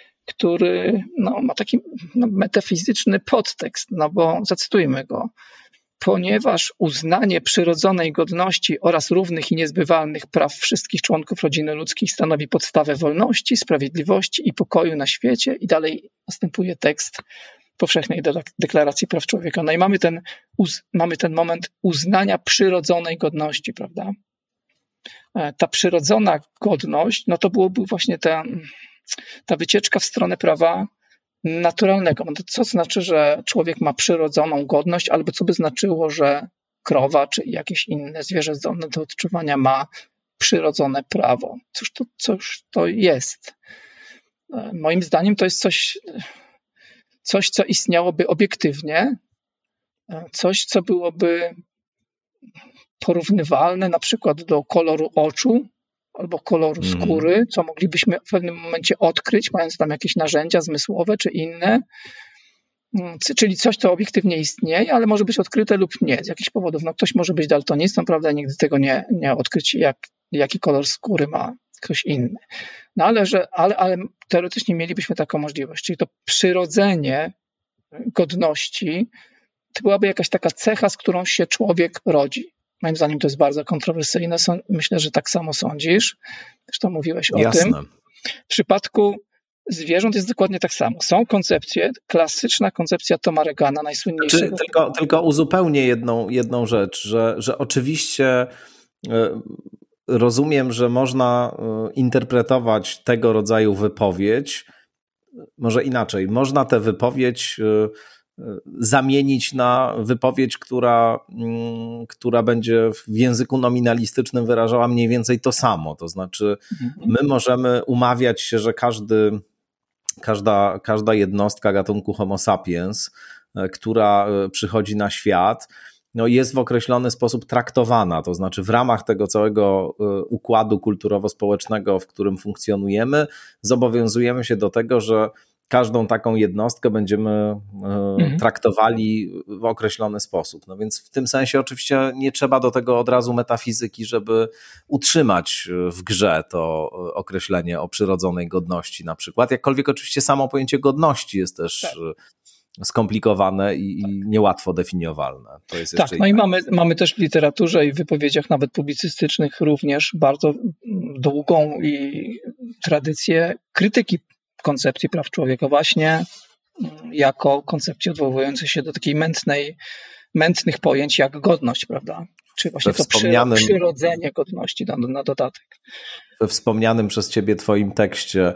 który ma taki metafizyczny podtekst, bo zacytujmy go. Ponieważ uznanie przyrodzonej godności oraz równych i niezbywalnych praw wszystkich członków rodziny ludzkiej stanowi podstawę wolności, sprawiedliwości i pokoju na świecie. I dalej następuje tekst Powszechnej Deklaracji Praw Człowieka. No i mamy ten moment uznania przyrodzonej godności, prawda? Ta przyrodzona godność, no to byłoby właśnie ta wycieczka w stronę prawa naturalnego. No to co znaczy, że człowiek ma przyrodzoną godność, albo co by znaczyło, że krowa czy jakieś inne zwierzę zdolne do odczuwania ma przyrodzone prawo? Cóż to jest? Moim zdaniem to jest coś, co istniałoby obiektywnie, coś, co byłoby porównywalne na przykład do koloru oczu albo koloru skóry, co moglibyśmy w pewnym momencie odkryć, mając tam jakieś narzędzia zmysłowe czy inne. Czyli coś, co obiektywnie istnieje, ale może być odkryte lub nie z jakichś powodów. No, ktoś może być daltonistą, prawda, nigdy tego nie odkryć, jaki kolor skóry ma ktoś inny. No ale teoretycznie mielibyśmy taką możliwość. Czyli to przyrodzenie godności to byłaby jakaś taka cecha, z którą się człowiek rodzi. Moim zdaniem to jest bardzo kontrowersyjne. Myślę, że tak samo sądzisz. Zresztą mówiłeś o tym. W przypadku zwierząt jest dokładnie tak samo. Są koncepcje, klasyczna koncepcja Toma Regana, najsłynniejszego. Tylko uzupełnię jedną rzecz, że oczywiście rozumiem, że można interpretować tego rodzaju wypowiedź, może inaczej, można tę wypowiedź zamienić na wypowiedź, która będzie w języku nominalistycznym wyrażała mniej więcej to samo. To znaczy my możemy umawiać się, że każda jednostka gatunku Homo sapiens, która przychodzi na świat, no jest w określony sposób traktowana, to znaczy w ramach tego całego układu kulturowo-społecznego, w którym funkcjonujemy, zobowiązujemy się do tego, że każdą taką jednostkę będziemy traktowali w określony sposób. No więc w tym sensie oczywiście nie trzeba do tego od razu metafizyki, żeby utrzymać w grze to określenie o przyrodzonej godności na przykład. Jakkolwiek oczywiście samo pojęcie godności jest też skomplikowane i niełatwo definiowalne. To jest tak, no i mamy też w literaturze i w wypowiedziach nawet publicystycznych również bardzo długą tradycję krytyki koncepcji praw człowieka właśnie jako koncepcji odwołującej się do takiej mętnych pojęć jak godność, prawda? Czy właśnie to przyrodzenie godności na dodatek. We wspomnianym przez ciebie twoim tekście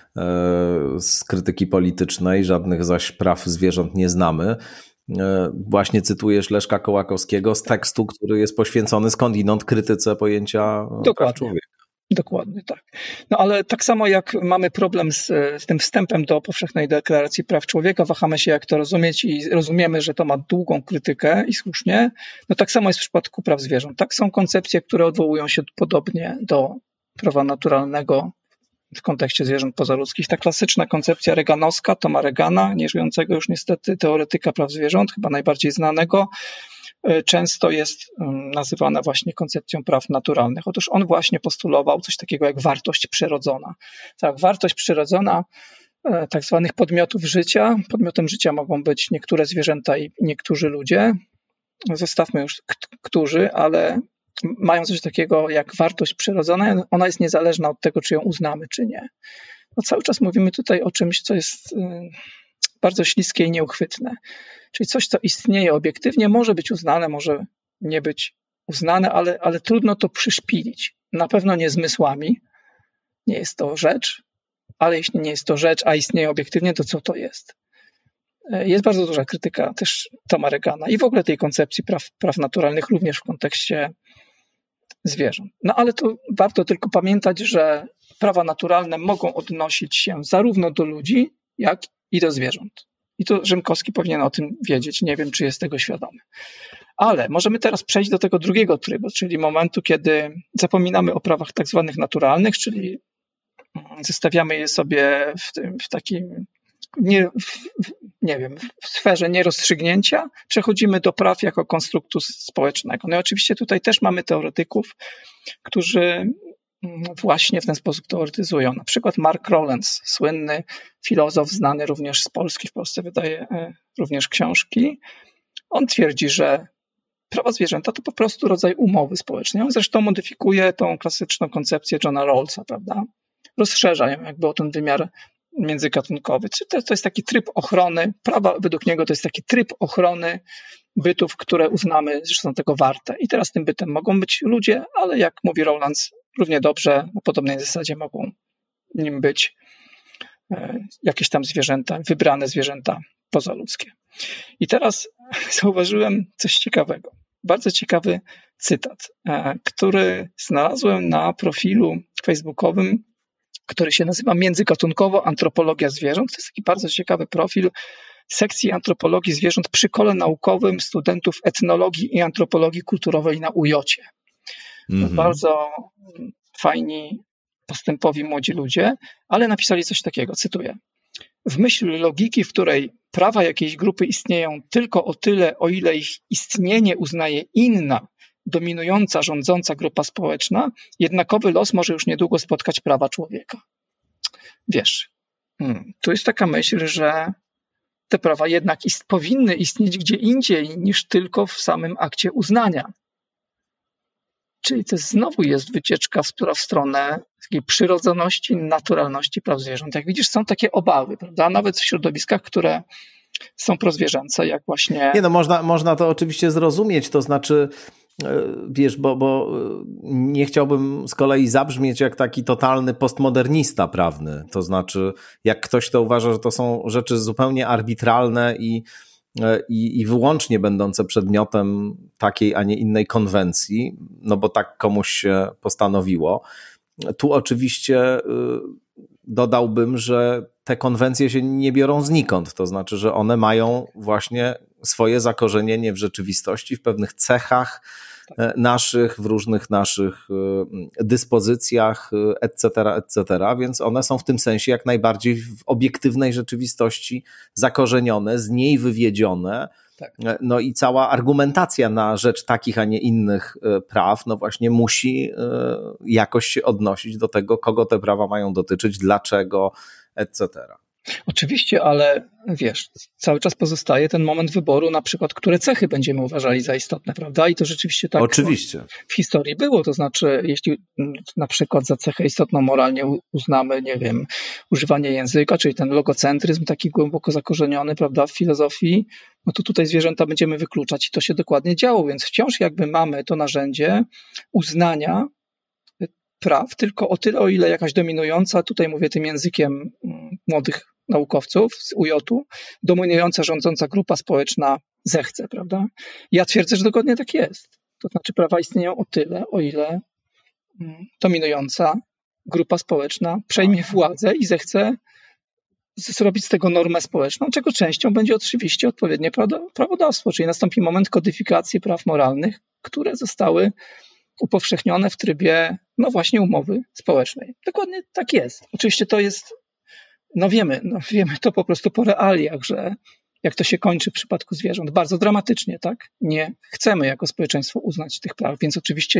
z krytyki politycznej, żadnych zaś praw zwierząt nie znamy, właśnie cytujesz Leszka Kołakowskiego z tekstu, który jest poświęcony skądinąd krytyce pojęcia praw człowieka. Dokładnie tak. No ale tak samo jak mamy problem z tym wstępem do Powszechnej Deklaracji Praw Człowieka, wahamy się jak to rozumieć i rozumiemy, że to ma długą krytykę i słusznie, no tak samo jest w przypadku praw zwierząt. Tak są koncepcje, które odwołują się podobnie do prawa naturalnego w kontekście zwierząt pozaludzkich. Ta klasyczna koncepcja reganowska, Toma Regana, nieżyjącego już niestety teoretyka praw zwierząt, chyba najbardziej znanego, często jest nazywana właśnie koncepcją praw naturalnych. Otóż on właśnie postulował coś takiego jak wartość przyrodzona. Tak, wartość przyrodzona tak zwanych podmiotów życia. Podmiotem życia mogą być niektóre zwierzęta i niektórzy ludzie. Zostawmy już którzy, ale mają coś takiego jak wartość przyrodzona. Ona jest niezależna od tego, czy ją uznamy, czy nie. No cały czas mówimy tutaj o czymś, co jest bardzo śliskie i nieuchwytne. Czyli coś, co istnieje obiektywnie, może być uznane, może nie być uznane, ale trudno to przyszpilić. Na pewno nie zmysłami. Nie jest to rzecz, ale jeśli nie jest to rzecz, a istnieje obiektywnie, to co to jest? Jest bardzo duża krytyka też Toma Regana i w ogóle tej koncepcji praw naturalnych również w kontekście zwierząt. No ale to warto tylko pamiętać, że prawa naturalne mogą odnosić się zarówno do ludzi, jak i do zwierząt. I to Rzymkowski powinien o tym wiedzieć. Nie wiem, czy jest tego świadomy. Ale możemy teraz przejść do tego drugiego trybu, czyli momentu, kiedy zapominamy o prawach tak zwanych naturalnych, czyli zestawiamy je sobie w takim, w sferze nierozstrzygnięcia, przechodzimy do praw jako konstruktu społecznego. No i oczywiście tutaj też mamy teoretyków, którzy właśnie w ten sposób teoretyzują. Na przykład Mark Rowlands, słynny filozof, znany również z Polski, w Polsce wydaje również książki. On twierdzi, że prawa zwierzęta to po prostu rodzaj umowy społecznej. On zresztą modyfikuje tą klasyczną koncepcję Johna Rawlsa, prawda? Rozszerza ją jakby o ten wymiar międzygatunkowy. To jest taki tryb ochrony, prawa według niego to jest taki tryb ochrony bytów, które uznamy, że są tego warte. I teraz tym bytem mogą być ludzie, ale jak mówi Rowlands, równie dobrze na podobnej zasadzie mogą nim być jakieś tam zwierzęta, wybrane zwierzęta pozaludzkie. I teraz zauważyłem coś ciekawego. Bardzo ciekawy cytat, który znalazłem na profilu facebookowym, który się nazywa Międzygatunkowo Antropologia Zwierząt. To jest taki bardzo ciekawy profil sekcji antropologii zwierząt przy Kole Naukowym studentów etnologii i antropologii kulturowej na UJ-cie. Bardzo fajni, postępowi młodzi ludzie, ale napisali coś takiego, cytuję. W myśl logiki, w której prawa jakiejś grupy istnieją tylko o tyle, o ile ich istnienie uznaje inna, dominująca, rządząca grupa społeczna, jednakowy los może już niedługo spotkać prawa człowieka. Wiesz, tu jest taka myśl, że te prawa jednak powinny istnieć gdzie indziej niż tylko w samym akcie uznania. Czyli to znowu jest wycieczka w stronę takiej przyrodzoności, naturalności praw zwierząt. Jak widzisz, są takie obawy, prawda? Nawet w środowiskach, które są prozwierzęce, jak właśnie... Nie, no można to oczywiście zrozumieć, to znaczy, wiesz, bo nie chciałbym z kolei zabrzmieć jak taki totalny postmodernista prawny, to znaczy jak ktoś to uważa, że to są rzeczy zupełnie arbitralne i wyłącznie będące przedmiotem takiej, a nie innej konwencji, no bo tak komuś się postanowiło. Tu oczywiście dodałbym, że te konwencje się nie biorą znikąd, to znaczy, że one mają właśnie swoje zakorzenienie w rzeczywistości, w pewnych cechach naszych, w różnych naszych dyspozycjach, etc., więc one są w tym sensie jak najbardziej w obiektywnej rzeczywistości zakorzenione, z niej wywiedzione. Tak. No i cała argumentacja na rzecz takich, a nie innych praw, no właśnie musi jakoś się odnosić do tego, kogo te prawa mają dotyczyć, dlaczego, etc. Oczywiście, ale wiesz, cały czas pozostaje ten moment wyboru, na przykład, które cechy będziemy uważali za istotne, prawda? I to rzeczywiście tak oczywiście w historii było, to znaczy, jeśli na przykład za cechę istotną moralnie uznamy, nie wiem, używanie języka, czyli ten logocentryzm taki głęboko zakorzeniony, prawda, w filozofii, no to tutaj zwierzęta będziemy wykluczać i to się dokładnie działo, więc wciąż jakby mamy to narzędzie uznania praw, tylko o tyle, o ile jakaś dominująca, tutaj mówię tym językiem młodych naukowców z UJ-u, dominująca, rządząca grupa społeczna zechce, prawda? Ja twierdzę, że dokładnie tak jest. To znaczy prawa istnieją o tyle, o ile dominująca grupa społeczna przejmie władzę i zechce zrobić z tego normę społeczną, czego częścią będzie oczywiście odpowiednie prawodawstwo, czyli nastąpi moment kodyfikacji praw moralnych, które zostały upowszechnione w trybie, no właśnie, umowy społecznej. Dokładnie tak jest. Oczywiście to jest, wiemy to po prostu po realiach, że jak to się kończy w przypadku zwierząt, bardzo dramatycznie, tak? Nie chcemy jako społeczeństwo uznać tych praw, więc oczywiście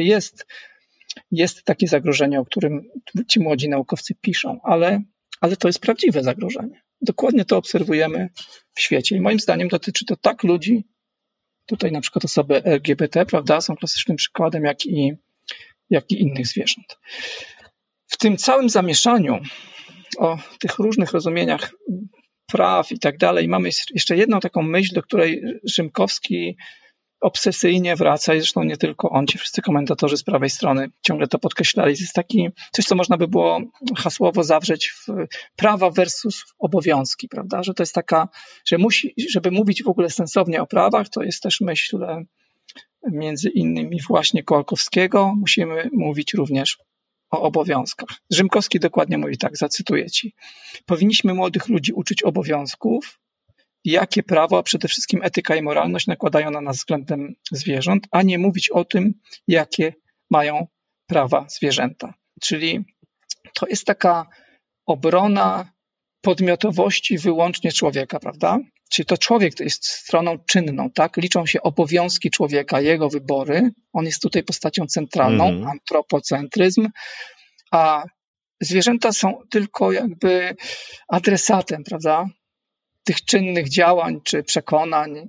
jest takie zagrożenie, o którym ci młodzi naukowcy piszą, ale to jest prawdziwe zagrożenie. Dokładnie to obserwujemy w świecie i moim zdaniem dotyczy to tak ludzi, tutaj na przykład osoby LGBT, prawda, są klasycznym przykładem, jak i innych zwierząt. W tym całym zamieszaniu o tych różnych rozumieniach praw i tak dalej, mamy jeszcze jedną taką myśl, do której Rzymkowski obsesyjnie wraca i zresztą nie tylko on, ci wszyscy komentatorzy z prawej strony ciągle to podkreślali. To jest taki coś, co można by było hasłowo zawrzeć w prawa versus obowiązki, prawda? Że to jest taka, że żeby mówić w ogóle sensownie o prawach, to jest też myśl między innymi właśnie Kołakowskiego, musimy mówić również o obowiązkach. Rzymkowski dokładnie mówi tak, zacytuję ci. Powinniśmy młodych ludzi uczyć obowiązków, jakie prawo, a przede wszystkim etyka i moralność nakładają na nas względem zwierząt, a nie mówić o tym, jakie mają prawa zwierzęta. Czyli to jest taka obrona podmiotowości wyłącznie człowieka, prawda? Czyli to człowiek to jest stroną czynną, tak? Liczą się obowiązki człowieka, jego wybory. On jest tutaj postacią centralną, antropocentryzm, a zwierzęta są tylko jakby adresatem, prawda? Tych czynnych działań czy przekonań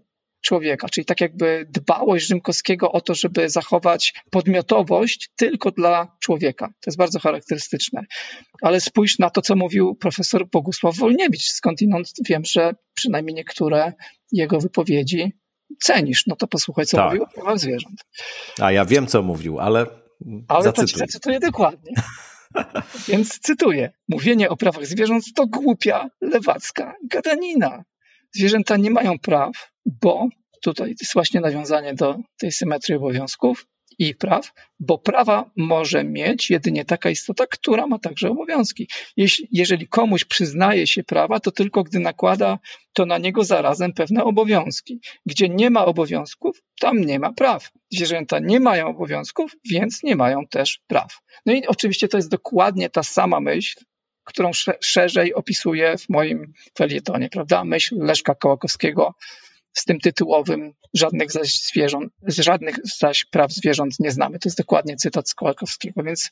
człowieka, czyli tak jakby dbałość Rzymkowskiego o to, żeby zachować podmiotowość tylko dla człowieka. To jest bardzo charakterystyczne. Ale spójrz na to, co mówił profesor Bogusław Wolniewicz, skądinąd wiem, że przynajmniej niektóre jego wypowiedzi cenisz. No to posłuchaj, co mówił o prawach zwierząt. A ja wiem, co mówił, ale to ci zacytuję dokładnie. Więc cytuję. Mówienie o prawach zwierząt to głupia, lewacka gadanina. Zwierzęta nie mają praw, bo tutaj jest właśnie nawiązanie do tej symetrii obowiązków i praw, bo prawa może mieć jedynie taka istota, która ma także obowiązki. Jeżeli komuś przyznaje się prawa, to tylko gdy nakłada to na niego zarazem pewne obowiązki. Gdzie nie ma obowiązków, tam nie ma praw. Zwierzęta nie mają obowiązków, więc nie mają też praw. No i oczywiście to jest dokładnie ta sama myśl, którą szerzej opisuję w moim felietonie, prawda? Myśl Leszka Kołakowskiego z tym tytułowym żadnych zaś praw zwierząt nie znamy. To jest dokładnie cytat z Kołakowskiego, więc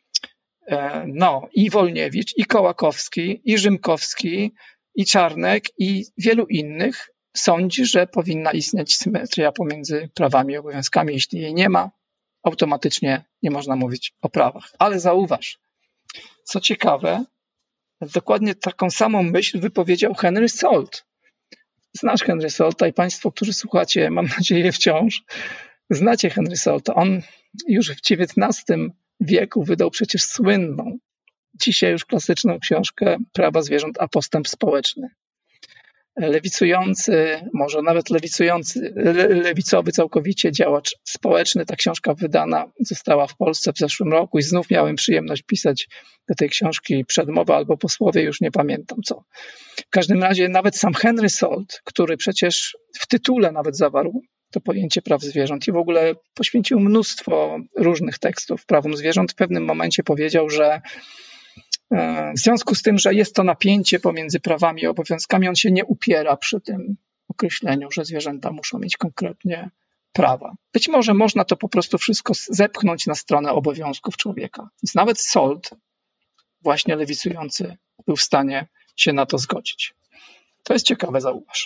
i Wolniewicz, i Kołakowski, i Rzymkowski, i Czarnek, i wielu innych sądzi, że powinna istnieć symetria pomiędzy prawami i obowiązkami. Jeśli jej nie ma, automatycznie nie można mówić o prawach. Ale zauważ, co ciekawe, dokładnie taką samą myśl wypowiedział Henry Salt. Znasz Henry Salta i Państwo, którzy słuchacie, mam nadzieję wciąż, znacie Henry Salta. On już w XIX wieku wydał przecież słynną, dzisiaj już klasyczną książkę Prawa zwierząt, a postęp społeczny. Lewicujący, może nawet lewicowy całkowicie działacz społeczny. Ta książka wydana została w Polsce w zeszłym roku i znów miałem przyjemność pisać do tej książki przedmowę albo posłowie, już nie pamiętam co. W każdym razie nawet sam Henry Salt, który przecież w tytule nawet zawarł to pojęcie praw zwierząt i w ogóle poświęcił mnóstwo różnych tekstów prawom zwierząt, w pewnym momencie powiedział, że w związku z tym, że jest to napięcie pomiędzy prawami i obowiązkami, on się nie upiera przy tym określeniu, że zwierzęta muszą mieć konkretnie prawa. Być może można to po prostu wszystko zepchnąć na stronę obowiązków człowieka. Więc nawet Salt, właśnie lewicujący, był w stanie się na to zgodzić. To jest ciekawe, zauważ.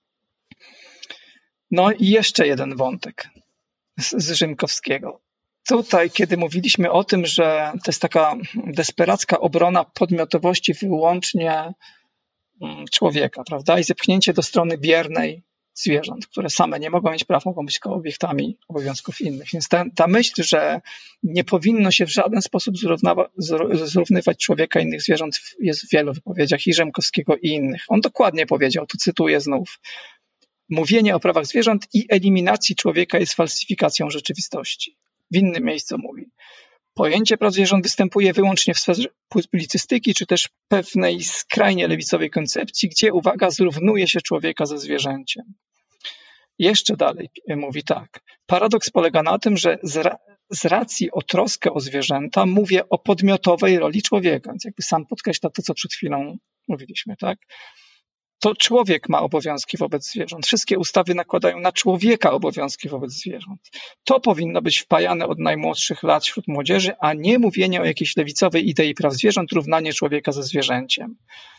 No i jeszcze jeden wątek z Rzymkowskiego. Tutaj, kiedy mówiliśmy o tym, że to jest taka desperacka obrona podmiotowości wyłącznie człowieka, prawda? I zepchnięcie do strony biernej zwierząt, które same nie mogą mieć praw, mogą być obiektami obowiązków innych. Więc ta myśl, że nie powinno się w żaden sposób zrównywać człowieka i innych zwierząt, jest w wielu wypowiedziach i Rzymkowskiego i innych. On dokładnie powiedział, tu cytuję znów, mówienie o prawach zwierząt i eliminacji człowieka jest falsyfikacją rzeczywistości. W innym miejscu mówi, pojęcie praw zwierząt występuje wyłącznie w sferze publicystyki, czy też pewnej skrajnie lewicowej koncepcji, gdzie, uwaga, zrównuje się człowieka ze zwierzęciem. Jeszcze dalej mówi tak. Paradoks polega na tym, że z racji o troskę o zwierzęta mówię o podmiotowej roli człowieka. Więc jakby sam podkreśla to, co przed chwilą mówiliśmy, tak? To człowiek ma obowiązki wobec zwierząt. Wszystkie ustawy nakładają na człowieka obowiązki wobec zwierząt. To powinno być wpajane od najmłodszych lat wśród młodzieży, a nie mówienie o jakiejś lewicowej idei praw zwierząt, równanie człowieka ze zwierzęciem.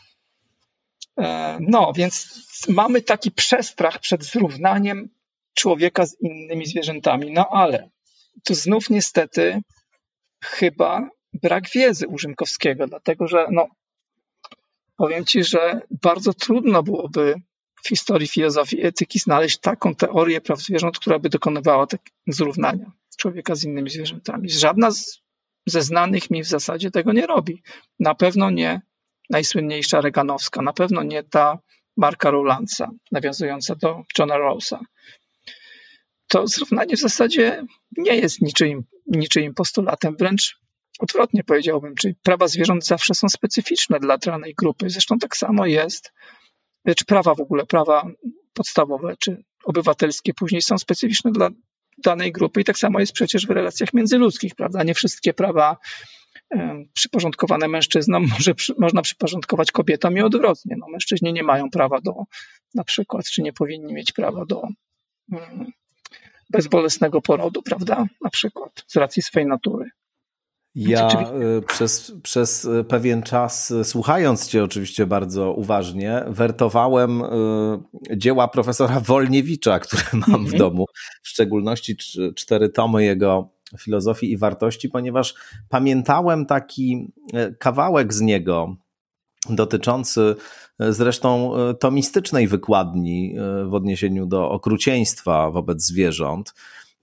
No, więc mamy taki przestrach przed zrównaniem człowieka z innymi zwierzętami. No ale tu znów niestety chyba brak wiedzy u Rzymkowskiego, dlatego że powiem ci, że bardzo trudno byłoby w historii filozofii etyki znaleźć taką teorię praw zwierząt, która by dokonywała zrównania człowieka z innymi zwierzętami. Żadna ze znanych mi w zasadzie tego nie robi. Na pewno nie najsłynniejsza Reaganowska, na pewno nie ta Marka Rowlandsa, nawiązująca do Johna Rawlsa. To zrównanie w zasadzie nie jest niczyim postulatem, wręcz odwrotnie powiedziałbym, czyli prawa zwierząt zawsze są specyficzne dla danej grupy. Zresztą tak samo jest, czy prawa w ogóle, prawa podstawowe, czy obywatelskie później są specyficzne dla danej grupy i tak samo jest przecież w relacjach międzyludzkich, prawda? Nie wszystkie prawa przyporządkowane mężczyznom można przyporządkować kobietom i odwrotnie. Mężczyźni nie mają prawa do, na przykład, czy nie powinni mieć prawa do bezbolesnego porodu, prawda? Na przykład, z racji swej natury. Ja przez pewien czas, słuchając cię oczywiście bardzo uważnie, wertowałem dzieła profesora Wolniewicza, które mam w domu, w szczególności 4 tomy jego filozofii i wartości, ponieważ pamiętałem taki kawałek z niego dotyczący zresztą tomistycznej wykładni w odniesieniu do okrucieństwa wobec zwierząt,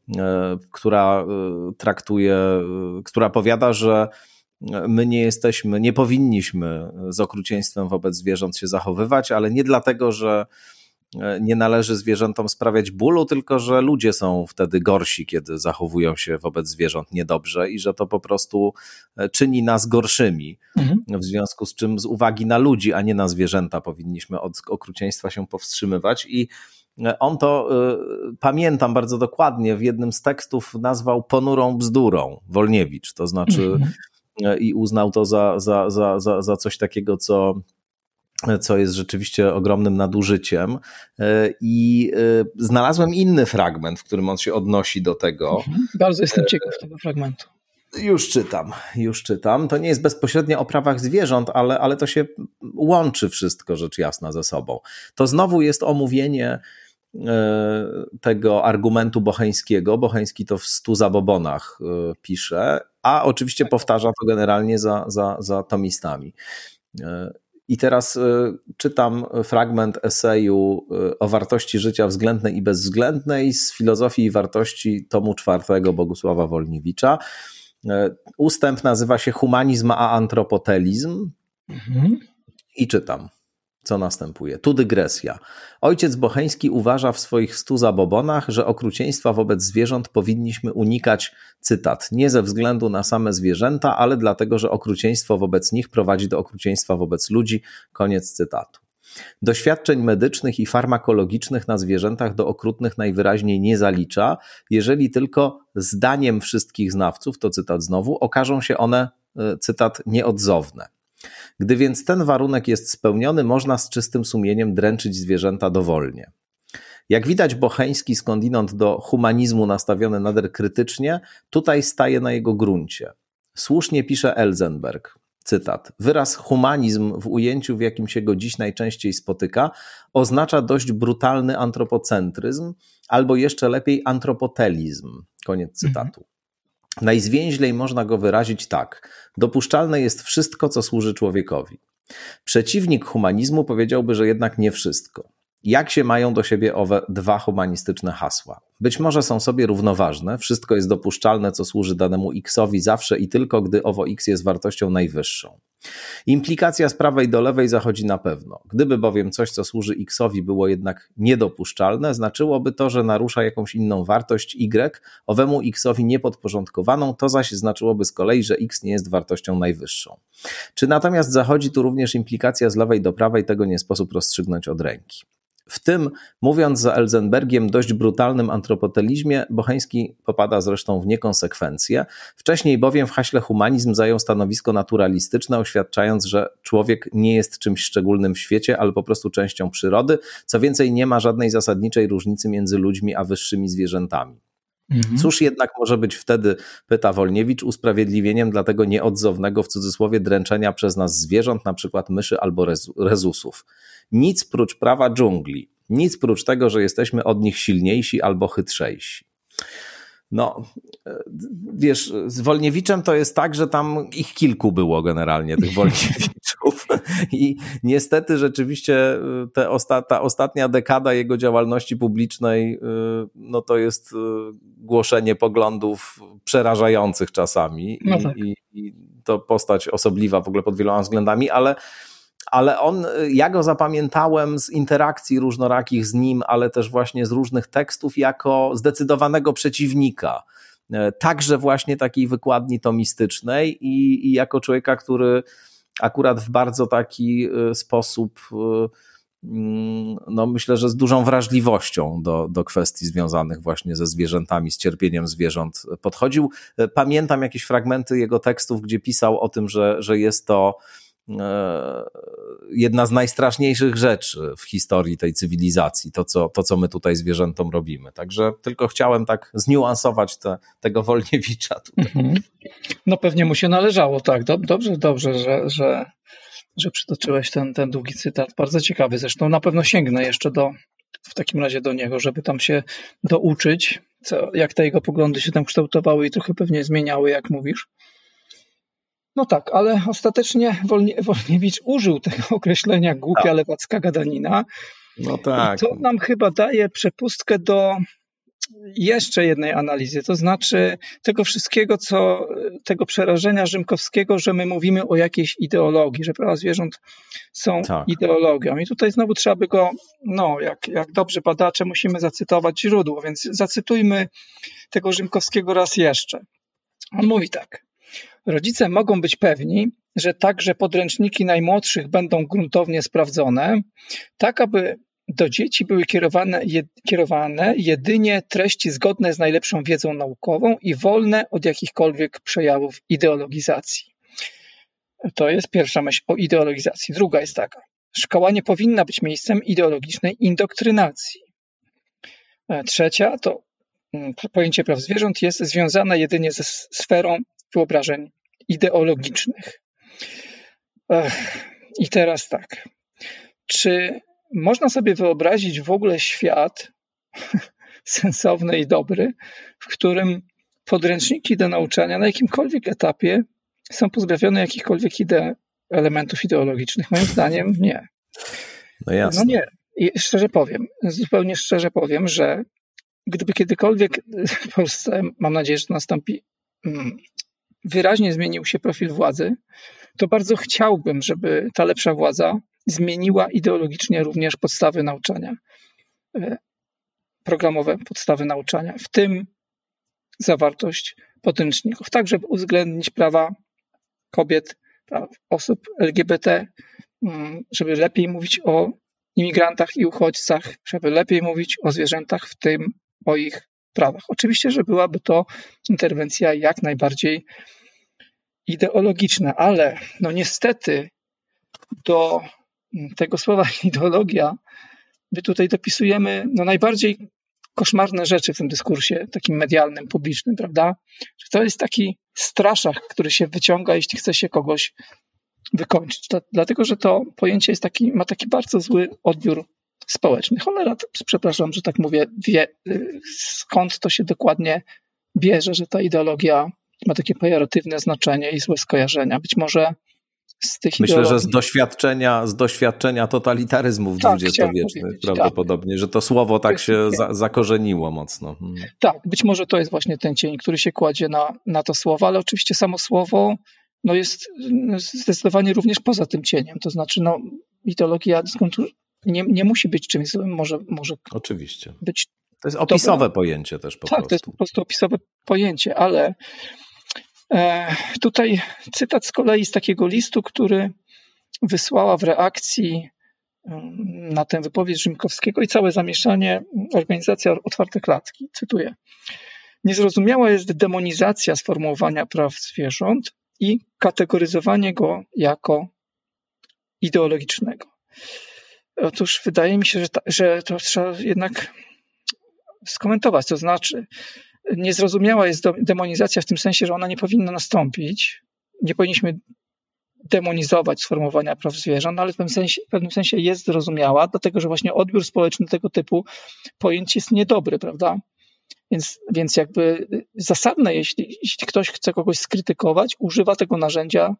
która powiada, że my nie powinniśmy z okrucieństwem wobec zwierząt się zachowywać, ale nie dlatego, że nie należy zwierzętom sprawiać bólu, tylko że ludzie są wtedy gorsi, kiedy zachowują się wobec zwierząt niedobrze i że to po prostu czyni nas gorszymi. W związku z czym z uwagi na ludzi, a nie na zwierzęta powinniśmy od okrucieństwa się powstrzymywać i on to, pamiętam bardzo dokładnie, w jednym z tekstów nazwał ponurą bzdurą, Wolniewicz, to znaczy i uznał to za coś takiego, co jest rzeczywiście ogromnym nadużyciem. I znalazłem inny fragment, w którym on się odnosi do tego. Bardzo jestem ciekaw tego fragmentu. Już czytam. To nie jest bezpośrednio o prawach zwierząt, ale to się łączy wszystko rzecz jasna ze sobą. To znowu jest omówienie tego argumentu bocheńskiego. Bocheński to w 100 zabobonach pisze, a oczywiście powtarza to generalnie za tomistami. I teraz czytam fragment eseju o wartości życia względnej i bezwzględnej z filozofii i wartości tomu 4 Bogusława Wolniewicza. Ustęp nazywa się Humanizm a antropotelizm i czytam, co następuje. Tu dygresja. Ojciec Bocheński uważa w swoich 100 zabobonach, że okrucieństwa wobec zwierząt powinniśmy unikać, cytat, nie ze względu na same zwierzęta, ale dlatego, że okrucieństwo wobec nich prowadzi do okrucieństwa wobec ludzi. Koniec cytatu. Doświadczeń medycznych i farmakologicznych na zwierzętach do okrutnych najwyraźniej nie zalicza, jeżeli tylko zdaniem wszystkich znawców, to cytat znowu, okażą się one, cytat, nieodzowne. Gdy więc ten warunek jest spełniony, można z czystym sumieniem dręczyć zwierzęta dowolnie. Jak widać, Bocheński skądinąd do humanizmu nastawiony nader krytycznie, tutaj staje na jego gruncie. Słusznie pisze Elzenberg, cytat, wyraz humanizm w ujęciu, w jakim się go dziś najczęściej spotyka, oznacza dość brutalny antropocentryzm, albo jeszcze lepiej antropotelizm, koniec cytatu. Najzwięźlej można go wyrazić tak. Dopuszczalne jest wszystko, co służy człowiekowi. Przeciwnik humanizmu powiedziałby, że jednak nie wszystko. Jak się mają do siebie owe 2 humanistyczne hasła? Być może są sobie równoważne, wszystko jest dopuszczalne, co służy danemu X-owi zawsze i tylko, gdy owo X jest wartością najwyższą. Implikacja z prawej do lewej zachodzi na pewno. Gdyby bowiem coś, co służy X-owi, było jednak niedopuszczalne, znaczyłoby to, że narusza jakąś inną wartość Y, owemu X-owi niepodporządkowaną, to zaś znaczyłoby z kolei, że X nie jest wartością najwyższą. Czy natomiast zachodzi tu również implikacja z lewej do prawej, tego nie sposób rozstrzygnąć od ręki. W tym, mówiąc za Elzenbergiem, dość brutalnym antropotelizmie, Bocheński popada zresztą w niekonsekwencje. Wcześniej bowiem w haśle humanizm zajął stanowisko naturalistyczne, oświadczając, że człowiek nie jest czymś szczególnym w świecie, ale po prostu częścią przyrody. Co więcej, nie ma żadnej zasadniczej różnicy między ludźmi a wyższymi zwierzętami. Cóż jednak może być wtedy, pyta Wolniewicz, usprawiedliwieniem dla tego nieodzownego, w cudzysłowie, dręczenia przez nas zwierząt, na przykład myszy albo rezusów? Nic prócz prawa dżungli, nic prócz tego, że jesteśmy od nich silniejsi albo chytrzejsi. No, wiesz, z Wolniewiczem to jest tak, że tam ich kilku było generalnie, tych Wolniewiczów i niestety rzeczywiście ta ostatnia dekada jego działalności publicznej, no to jest głoszenie poglądów przerażających czasami i to postać osobliwa w ogóle pod wieloma względami, ale ja go zapamiętałem z interakcji różnorakich z nim, ale też właśnie z różnych tekstów jako zdecydowanego przeciwnika. Także właśnie takiej wykładni tomistycznej i jako człowieka, który akurat w bardzo taki sposób, no myślę, że z dużą wrażliwością do kwestii związanych właśnie ze zwierzętami, z cierpieniem zwierząt podchodził. Pamiętam jakieś fragmenty jego tekstów, gdzie pisał o tym, że jest to jedna z najstraszniejszych rzeczy w historii tej cywilizacji, to co my tutaj zwierzętom robimy. Także tylko chciałem tak zniuansować tego Wolniewicza tutaj. No pewnie mu się należało, tak. Dobrze, że przytoczyłeś ten długi cytat. Bardzo ciekawy zresztą. Na pewno sięgnę jeszcze w takim razie do niego, żeby tam się douczyć, jak te jego poglądy się tam kształtowały i trochę pewnie zmieniały, jak mówisz. No tak, ale ostatecznie Wolniewicz użył tego określenia głupia lewacka gadanina. No tak. I to nam chyba daje przepustkę do jeszcze jednej analizy, to znaczy tego wszystkiego, tego przerażenia Rzymkowskiego, że my mówimy o jakiejś ideologii, że prawa zwierząt są ideologią. I tutaj znowu trzeba by go, jak dobrzy badacze, musimy zacytować źródło, więc zacytujmy tego Rzymkowskiego raz jeszcze. On mówi tak: rodzice mogą być pewni, że także podręczniki najmłodszych będą gruntownie sprawdzone, tak aby do dzieci były kierowane jedynie treści zgodne z najlepszą wiedzą naukową i wolne od jakichkolwiek przejawów ideologizacji. To jest pierwsza myśl o ideologizacji. Druga jest taka: szkoła nie powinna być miejscem ideologicznej indoktrynacji. Trzecia to pojęcie praw zwierząt jest związane jedynie ze sferą wyobrażeń ideologicznych. I teraz tak. Czy można sobie wyobrazić w ogóle świat sensowny i dobry, w którym podręczniki do nauczania na jakimkolwiek etapie są pozbawione jakichkolwiek elementów ideologicznych? Moim zdaniem nie. No jasne. No nie. I zupełnie szczerze powiem, że gdyby kiedykolwiek w Polsce, mam nadzieję, że to nastąpi, wyraźnie zmienił się profil władzy, to bardzo chciałbym, żeby ta lepsza władza zmieniła ideologicznie również podstawy nauczania, programowe podstawy nauczania, w tym zawartość podręczników, tak żeby uwzględnić prawa kobiet, praw osób LGBT, żeby lepiej mówić o imigrantach i uchodźcach, żeby lepiej mówić o zwierzętach, w tym o ich prawach. Oczywiście, że byłaby to interwencja jak najbardziej ideologiczna, ale niestety do tego słowa ideologia my tutaj dopisujemy najbardziej koszmarne rzeczy w tym dyskursie takim medialnym, publicznym, prawda? Że to jest taki straszak, który się wyciąga, jeśli chce się kogoś wykończyć. Dlatego, że to pojęcie ma taki bardzo zły odbiór społeczny. Cholera, przepraszam, że tak mówię, wie skąd to się dokładnie bierze, że ta ideologia ma takie pejoratywne znaczenie i złe skojarzenia. Być może z tych Myślę, że z doświadczenia totalitaryzmów dwudziestowiecznych prawdopodobnie, że to słowo tak się zakorzeniło mocno. Tak, być może to jest właśnie ten cień, który się kładzie na to słowo, ale oczywiście samo słowo jest zdecydowanie również poza tym cieniem. To znaczy ideologia nie musi być czymś złym, może oczywiście być. To jest opisowe pojęcie też po prostu. Tak, to jest po prostu opisowe pojęcie, ale tutaj cytat z kolei z takiego listu, który wysłała w reakcji na tę wypowiedź Rzymkowskiego i całe zamieszanie organizacja Otwarte Klatki. Cytuję: niezrozumiała jest demonizacja sformułowania praw zwierząt i kategoryzowanie go jako ideologicznego. Otóż wydaje mi się, że to trzeba jednak skomentować, to znaczy niezrozumiała jest demonizacja w tym sensie, że ona nie powinna nastąpić. Nie powinniśmy demonizować sformułowania praw zwierząt, ale w pewnym sensie jest zrozumiała, dlatego że właśnie odbiór społeczny tego typu pojęć jest niedobry, prawda? Więc jakby zasadne, jeśli ktoś chce kogoś skrytykować, używa tego narzędzia,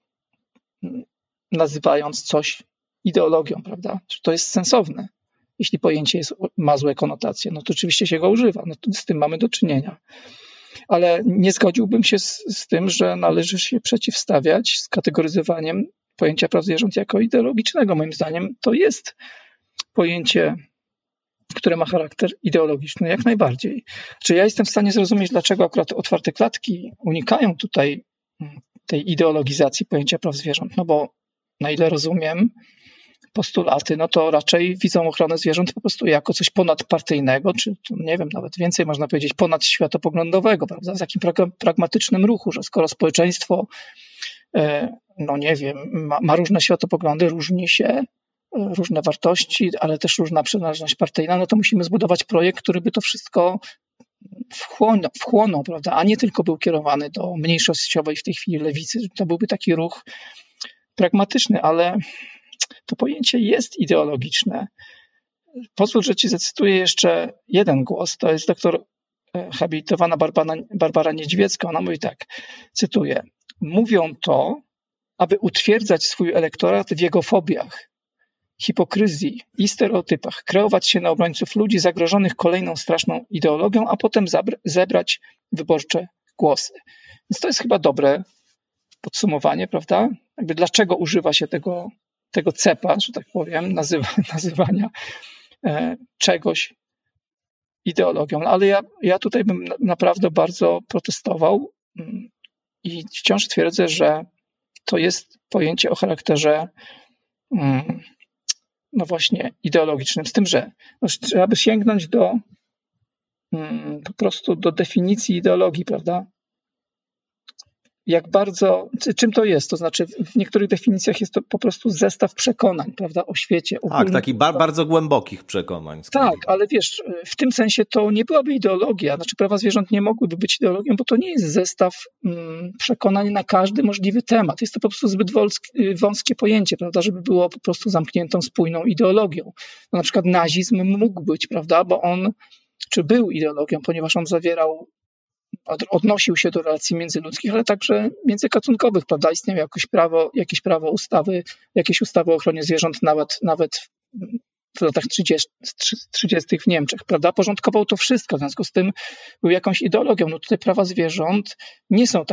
nazywając coś ideologią, prawda? To jest sensowne. Jeśli pojęcie ma złe konotacje, to oczywiście się go używa, z tym mamy do czynienia. Ale nie zgodziłbym się z tym, że należy się przeciwstawiać z kategoryzowaniem pojęcia praw zwierząt jako ideologicznego. Moim zdaniem to jest pojęcie, które ma charakter ideologiczny, jak najbardziej. Czy ja jestem w stanie zrozumieć, dlaczego akurat Otwarte Klatki unikają tutaj tej ideologizacji pojęcia praw zwierząt? Bo na ile rozumiem postulaty, to raczej widzą ochronę zwierząt po prostu jako coś ponadpartyjnego, czy nie wiem, nawet więcej można powiedzieć ponadświatopoglądowego, prawda? W takim pragmatycznym ruchu, że skoro społeczeństwo no nie wiem, ma różne światopoglądy, różni się, różne wartości, ale też różna przynależność partyjna, no to musimy zbudować projekt, który by to wszystko wchłonął, prawda, a nie tylko był kierowany do mniejszościowej w tej chwili lewicy. To byłby taki ruch pragmatyczny, ale to pojęcie jest ideologiczne. Pozwól, że ci zacytuję jeszcze jeden głos, to jest doktor habilitowana Barbara Niedźwiecka. Ona mówi tak, cytuję: mówią to, aby utwierdzać swój elektorat w jego fobiach, hipokryzji i stereotypach, kreować się na obrońców ludzi zagrożonych kolejną straszną ideologią, a potem zebrać wyborcze głosy. Więc to jest chyba dobre podsumowanie, prawda? Jakby dlaczego używa się tego cepa, że tak powiem, nazywania czegoś ideologią. Ale ja tutaj bym naprawdę bardzo protestował i wciąż twierdzę, że to jest pojęcie o charakterze no właśnie ideologicznym, z tym, że trzeba by sięgnąć po prostu do definicji ideologii, prawda? Jak bardzo, czym to jest? To znaczy w niektórych definicjach jest to po prostu zestaw przekonań, prawda, o świecie. Tak, takich bardzo głębokich przekonań. Tak, ale wiesz, w tym sensie to nie byłaby ideologia, znaczy prawa zwierząt nie mogłyby być ideologią, bo to nie jest zestaw przekonań na każdy możliwy temat. Jest to po prostu zbyt wąskie pojęcie, prawda, żeby było po prostu zamkniętą, spójną ideologią. No, na przykład nazizm mógł być, prawda, bo czy był ideologią, ponieważ on odnosił się do relacji międzyludzkich, ale także międzygatunkowych, prawda? Istniało jakieś prawo ustawy, jakieś ustawy o ochronie zwierząt nawet w latach 30. w Niemczech, prawda? Porządkował to wszystko, w związku z tym był jakąś ideologią. No tutaj prawa zwierząt nie są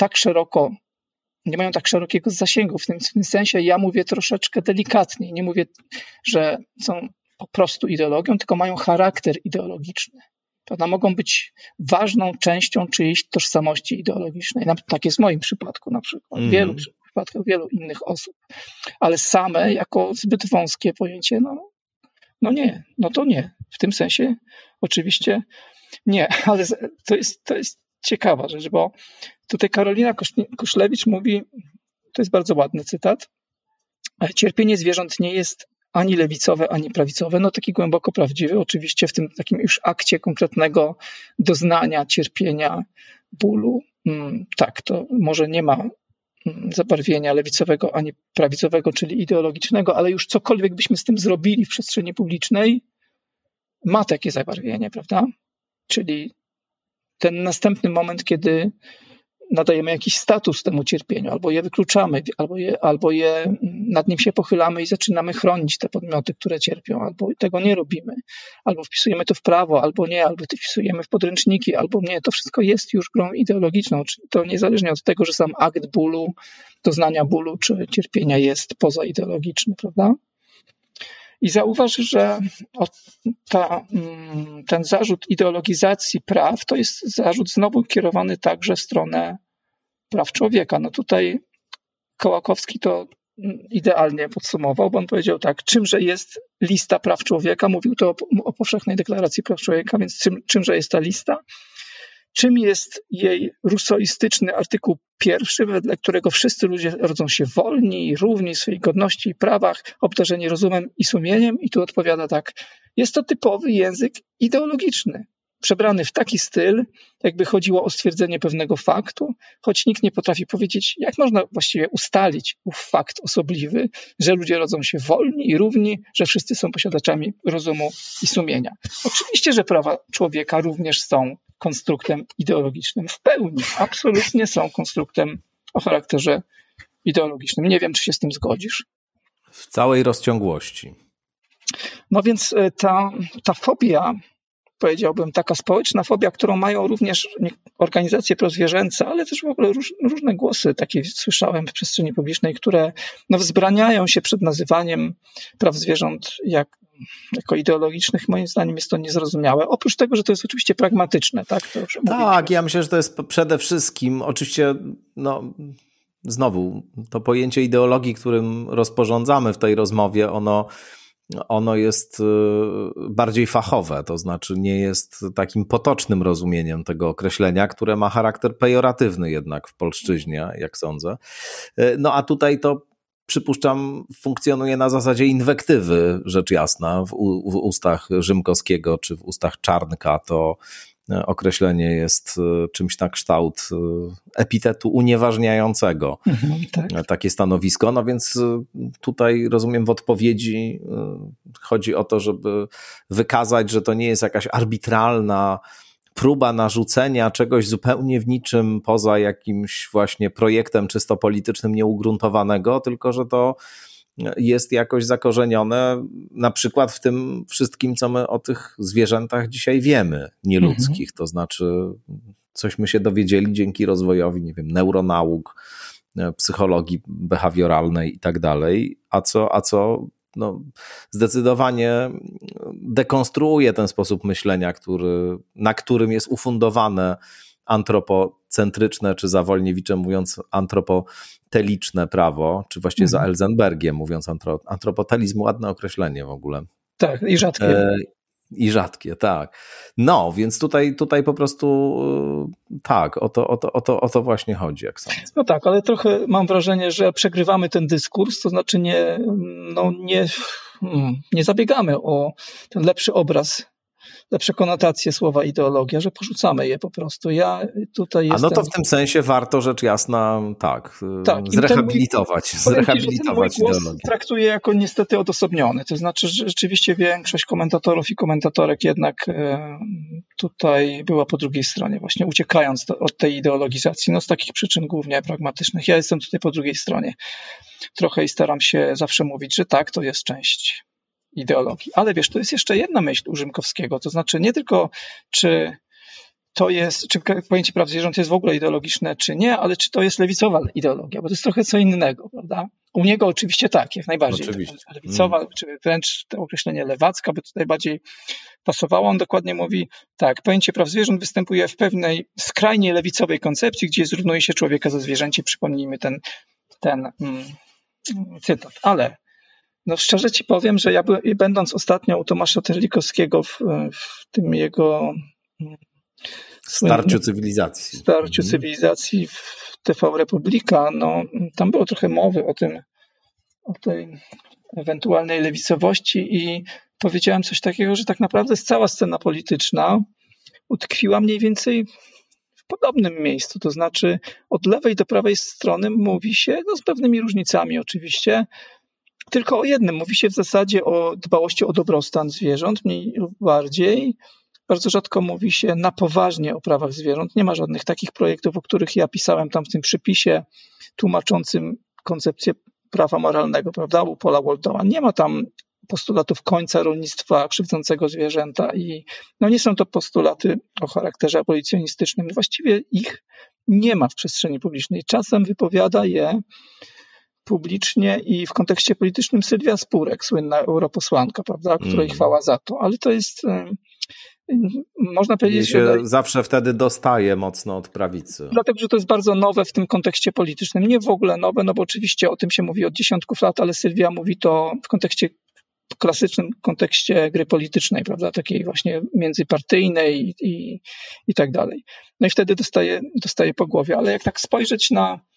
nie mają tak szerokiego zasięgu. W tym sensie ja mówię troszeczkę delikatniej. Nie mówię, że są po prostu ideologią, tylko mają charakter ideologiczny. Prawda? Mogą być ważną częścią czyjejś tożsamości ideologicznej. Tak jest w moim przypadku na przykład, w wielu przypadkach wielu innych osób. Ale same jako zbyt wąskie pojęcie, no nie, no to nie. W tym sensie oczywiście nie, ale to jest ciekawa rzecz, bo tutaj Karolina Kuszlewicz mówi, to jest bardzo ładny cytat: cierpienie zwierząt nie jest ani lewicowe, ani prawicowe, no taki głęboko prawdziwy, oczywiście w tym takim już akcie konkretnego doznania, cierpienia, bólu. Tak, to może nie ma zabarwienia lewicowego ani prawicowego, czyli ideologicznego, ale już cokolwiek byśmy z tym zrobili w przestrzeni publicznej, ma takie zabarwienie, prawda? Czyli ten następny moment, kiedy nadajemy jakiś status temu cierpieniu, albo je wykluczamy, albo nad nim się pochylamy i zaczynamy chronić te podmioty, które cierpią, albo tego nie robimy, albo wpisujemy to w prawo, albo nie, albo wpisujemy w podręczniki, albo nie. To wszystko jest już grą ideologiczną. To niezależnie od tego, że sam akt bólu, doznania bólu czy cierpienia jest pozaideologiczny, prawda? I zauważ, że ten zarzut ideologizacji praw to jest zarzut znowu kierowany także w stronę praw człowieka. No tutaj Kołakowski to idealnie podsumował, bo on powiedział tak: czymże jest lista praw człowieka? Mówił to o Powszechnej Deklaracji Praw Człowieka, więc czymże jest ta lista? Czym jest jej rusoistyczny artykuł 1, wedle którego wszyscy ludzie rodzą się wolni i równi w swojej godności i prawach, obdarzeni rozumem i sumieniem? I tu odpowiada tak: jest to typowy język ideologiczny, przebrany w taki styl, jakby chodziło o stwierdzenie pewnego faktu, choć nikt nie potrafi powiedzieć, jak można właściwie ustalić ów fakt osobliwy, że ludzie rodzą się wolni i równi, że wszyscy są posiadaczami rozumu i sumienia. Oczywiście, że prawa człowieka również są konstruktem ideologicznym. W pełni, absolutnie są konstruktem o charakterze ideologicznym. Nie wiem, czy się z tym zgodzisz. W całej rozciągłości. No więc ta fobia, powiedziałbym, taka społeczna fobia, którą mają również organizacje prozwierzęce, ale też w ogóle różne głosy takie słyszałem w przestrzeni publicznej, które wzbraniają się przed nazywaniem praw zwierząt jako ideologicznych. Moim zdaniem jest to niezrozumiałe. Oprócz tego, że to jest oczywiście pragmatyczne. Tak, ja myślę, że to jest przede wszystkim, oczywiście, znowu, to pojęcie ideologii, którym rozporządzamy w tej rozmowie, ono ono jest bardziej fachowe, to znaczy nie jest takim potocznym rozumieniem tego określenia, które ma charakter pejoratywny jednak w polszczyźnie, jak sądzę. No a tutaj to, przypuszczam, funkcjonuje na zasadzie inwektywy, rzecz jasna. W ustach Rzymkowskiego czy w ustach Czarnka to określenie jest czymś na kształt epitetu unieważniającego tak. Takie stanowisko. No więc tutaj rozumiem, w odpowiedzi chodzi o to, żeby wykazać, że to nie jest jakaś arbitralna próba narzucenia czegoś zupełnie w niczym poza jakimś właśnie projektem czysto politycznym nieugruntowanego, tylko że to jest jakoś zakorzenione na przykład w tym wszystkim, co my o tych zwierzętach dzisiaj wiemy, nieludzkich. To znaczy cośmy się dowiedzieli dzięki rozwojowi, nie wiem, neuronauk, psychologii behawioralnej i tak dalej, a co no, zdecydowanie dekonstruuje ten sposób myślenia, na którym jest ufundowane antropocentryczne, czy za Wolniewiczem mówiąc antropoteliczne prawo, czy właściwie za Elzenbergiem mówiąc antropotelizm, ładne określenie w ogóle. Tak, i rzadkie. I rzadkie, tak. No, więc tutaj po prostu tak, o to właśnie chodzi, jak sądzę. No tak, ale trochę mam wrażenie, że przegrywamy ten dyskurs, to znaczy nie zabiegamy o ten lepszy obraz, lepsze konotacje słowa ideologia, że porzucamy je po prostu. Ja tutaj jestem... A no to w tym sensie warto, rzecz jasna, tak zrehabilitować ideologię. Traktuję jako niestety odosobniony. To znaczy, że rzeczywiście większość komentatorów i komentatorek jednak tutaj była po drugiej stronie, właśnie uciekając od tej ideologizacji. No z takich przyczyn głównie pragmatycznych. Ja jestem tutaj po drugiej stronie trochę i staram się zawsze mówić, że tak, to jest część ideologii. Ale wiesz, to jest jeszcze jedna myśl u Rzymkowskiego, to znaczy nie tylko czy pojęcie praw zwierząt jest w ogóle ideologiczne, czy nie, ale czy to jest lewicowa ideologia, bo to jest trochę co innego, prawda? U niego oczywiście tak, jak najbardziej. Lewicowa, czy wręcz to określenie lewacka by tutaj bardziej pasowało. On dokładnie mówi tak, pojęcie praw zwierząt występuje w pewnej skrajnie lewicowej koncepcji, gdzie zrównuje się człowieka ze zwierzęciem. Przypomnijmy ten cytat. Ale no szczerze ci powiem, że ja będąc ostatnio u Tomasza Terlikowskiego w tym jego Starciu cywilizacji w TV Republika, no tam było trochę mowy o tej ewentualnej lewicowości i powiedziałem coś takiego, że tak naprawdę cała scena polityczna utkwiła mniej więcej w podobnym miejscu, to znaczy od lewej do prawej strony mówi się, no z pewnymi różnicami oczywiście, tylko o jednym. Mówi się w zasadzie o dbałości o dobrostan zwierząt, mniej lub bardziej. Bardzo rzadko mówi się na poważnie o prawach zwierząt. Nie ma żadnych takich projektów, o których ja pisałem tam w tym przypisie tłumaczącym koncepcję prawa moralnego, prawda, u Paula Waldowa. Nie ma tam postulatów końca rolnictwa krzywdzącego zwierzęta i no nie są to postulaty o charakterze abolicjonistycznym. Właściwie ich nie ma w przestrzeni publicznej. Czasem wypowiada je publicznie i w kontekście politycznym Sylwia Spurek, słynna europosłanka, prawda, której chwała za to, ale to jest, można powiedzieć, że zawsze wtedy dostaje mocno od prawicy. Dlatego, że to jest bardzo nowe w tym kontekście politycznym. Nie w ogóle nowe, no bo oczywiście o tym się mówi od dziesiątków lat, ale Sylwia mówi to w klasycznym kontekście gry politycznej, prawda, takiej właśnie międzypartyjnej i tak dalej. No i wtedy dostaje po głowie, ale jak tak spojrzeć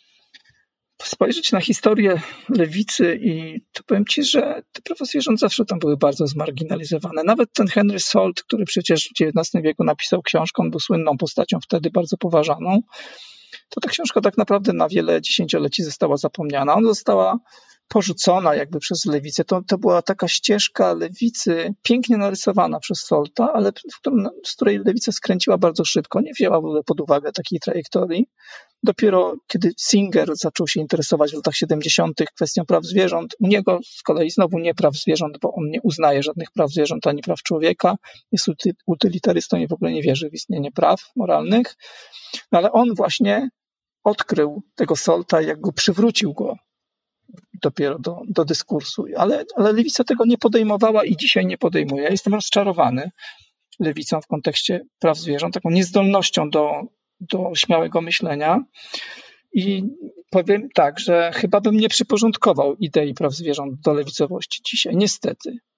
na historię lewicy i to powiem ci, że te prawa zwierząt zawsze tam były bardzo zmarginalizowane. Nawet ten Henry Salt, który przecież w XIX wieku napisał książkę, on był słynną postacią wtedy, bardzo poważaną, to ta książka tak naprawdę na wiele dziesięcioleci została zapomniana. Ona została porzucona jakby przez lewicę. To była taka ścieżka lewicy, pięknie narysowana przez Salta, ale z której lewica skręciła bardzo szybko. Nie wzięła w ogóle pod uwagę takiej trajektorii. Dopiero kiedy Singer zaczął się interesować w latach 70. kwestią praw zwierząt, u niego z kolei znowu nie praw zwierząt, bo on nie uznaje żadnych praw zwierząt ani praw człowieka, jest utylitarystą i w ogóle nie wierzy w istnienie praw moralnych, no ale on właśnie odkrył tego Salta, jak go przywrócił go dopiero do dyskursu, ale lewica tego nie podejmowała i dzisiaj nie podejmuje. Ja jestem rozczarowany lewicą w kontekście praw zwierząt, taką niezdolnością do śmiałego myślenia i powiem tak, że chyba bym nie przyporządkował idei praw zwierząt do lewicowości dzisiaj, niestety.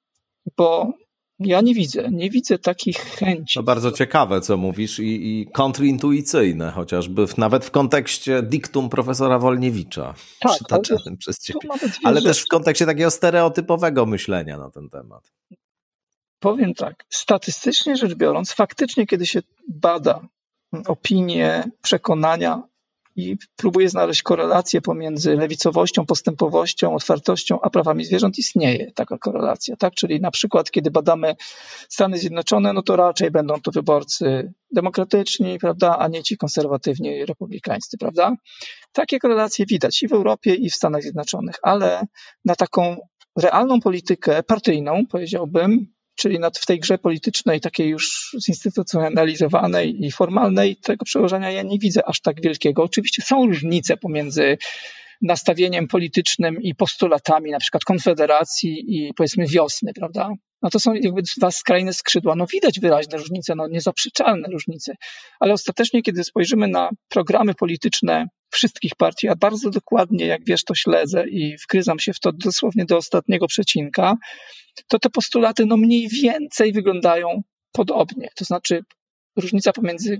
bo ja nie widzę takich chęci. To bardzo ciekawe, co mówisz i kontrintuicyjne, chociażby nawet w kontekście diktum profesora Wolniewicza, tak, przytaczanym przez ciebie. Ale też w kontekście takiego stereotypowego myślenia na ten temat. Powiem tak, statystycznie rzecz biorąc, faktycznie kiedy się bada opinie, przekonania i próbuje znaleźć korelację pomiędzy lewicowością, postępowością, otwartością, a prawami zwierząt, istnieje taka korelacja, tak? Czyli na przykład, kiedy badamy Stany Zjednoczone, no to raczej będą to wyborcy demokratyczni, prawda, a nie ci konserwatywni republikańscy, prawda? Takie korelacje widać i w Europie, i w Stanach Zjednoczonych, ale na taką realną politykę partyjną, powiedziałbym, czyli w tej grze politycznej, takiej już zinstytucjonalizowanej i formalnej, tego przełożenia ja nie widzę aż tak wielkiego. Oczywiście są różnice pomiędzy nastawieniem politycznym i postulatami na przykład Konfederacji i powiedzmy Wiosny, prawda? No to są jakby dwa skrajne skrzydła. No widać wyraźne różnice, no niezaprzeczalne różnice, ale ostatecznie, kiedy spojrzymy na programy polityczne wszystkich partii, a bardzo dokładnie, jak wiesz, to śledzę i wgryzam się w to dosłownie do ostatniego przecinka, to te postulaty no mniej więcej wyglądają podobnie. To znaczy różnica pomiędzy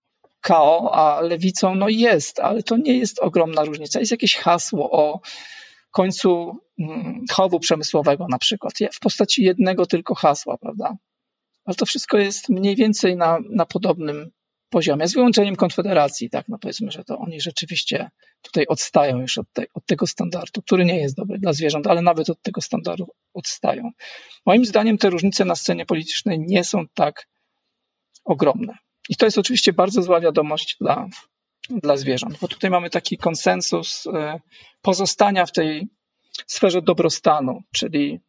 KO a lewicą no jest, ale to nie jest ogromna różnica. Jest jakieś hasło o końcu chowu przemysłowego na przykład, w postaci jednego tylko hasła, prawda? Ale to wszystko jest mniej więcej na podobnym poziomie, z wyłączeniem Konfederacji, tak, no powiedzmy, że to oni rzeczywiście tutaj odstają już od tego standardu, który nie jest dobry dla zwierząt, ale nawet od tego standardu odstają. Moim zdaniem te różnice na scenie politycznej nie są tak ogromne. I to jest oczywiście bardzo zła wiadomość dla zwierząt, bo tutaj mamy taki konsensus pozostania w tej sferze dobrostanu, czyli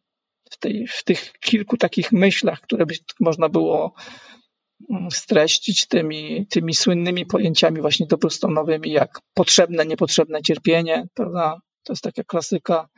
w tych kilku takich myślach, które by można było streścić tymi słynnymi pojęciami właśnie dobrostanowymi, jak potrzebne, niepotrzebne cierpienie, prawda? To jest taka klasyka,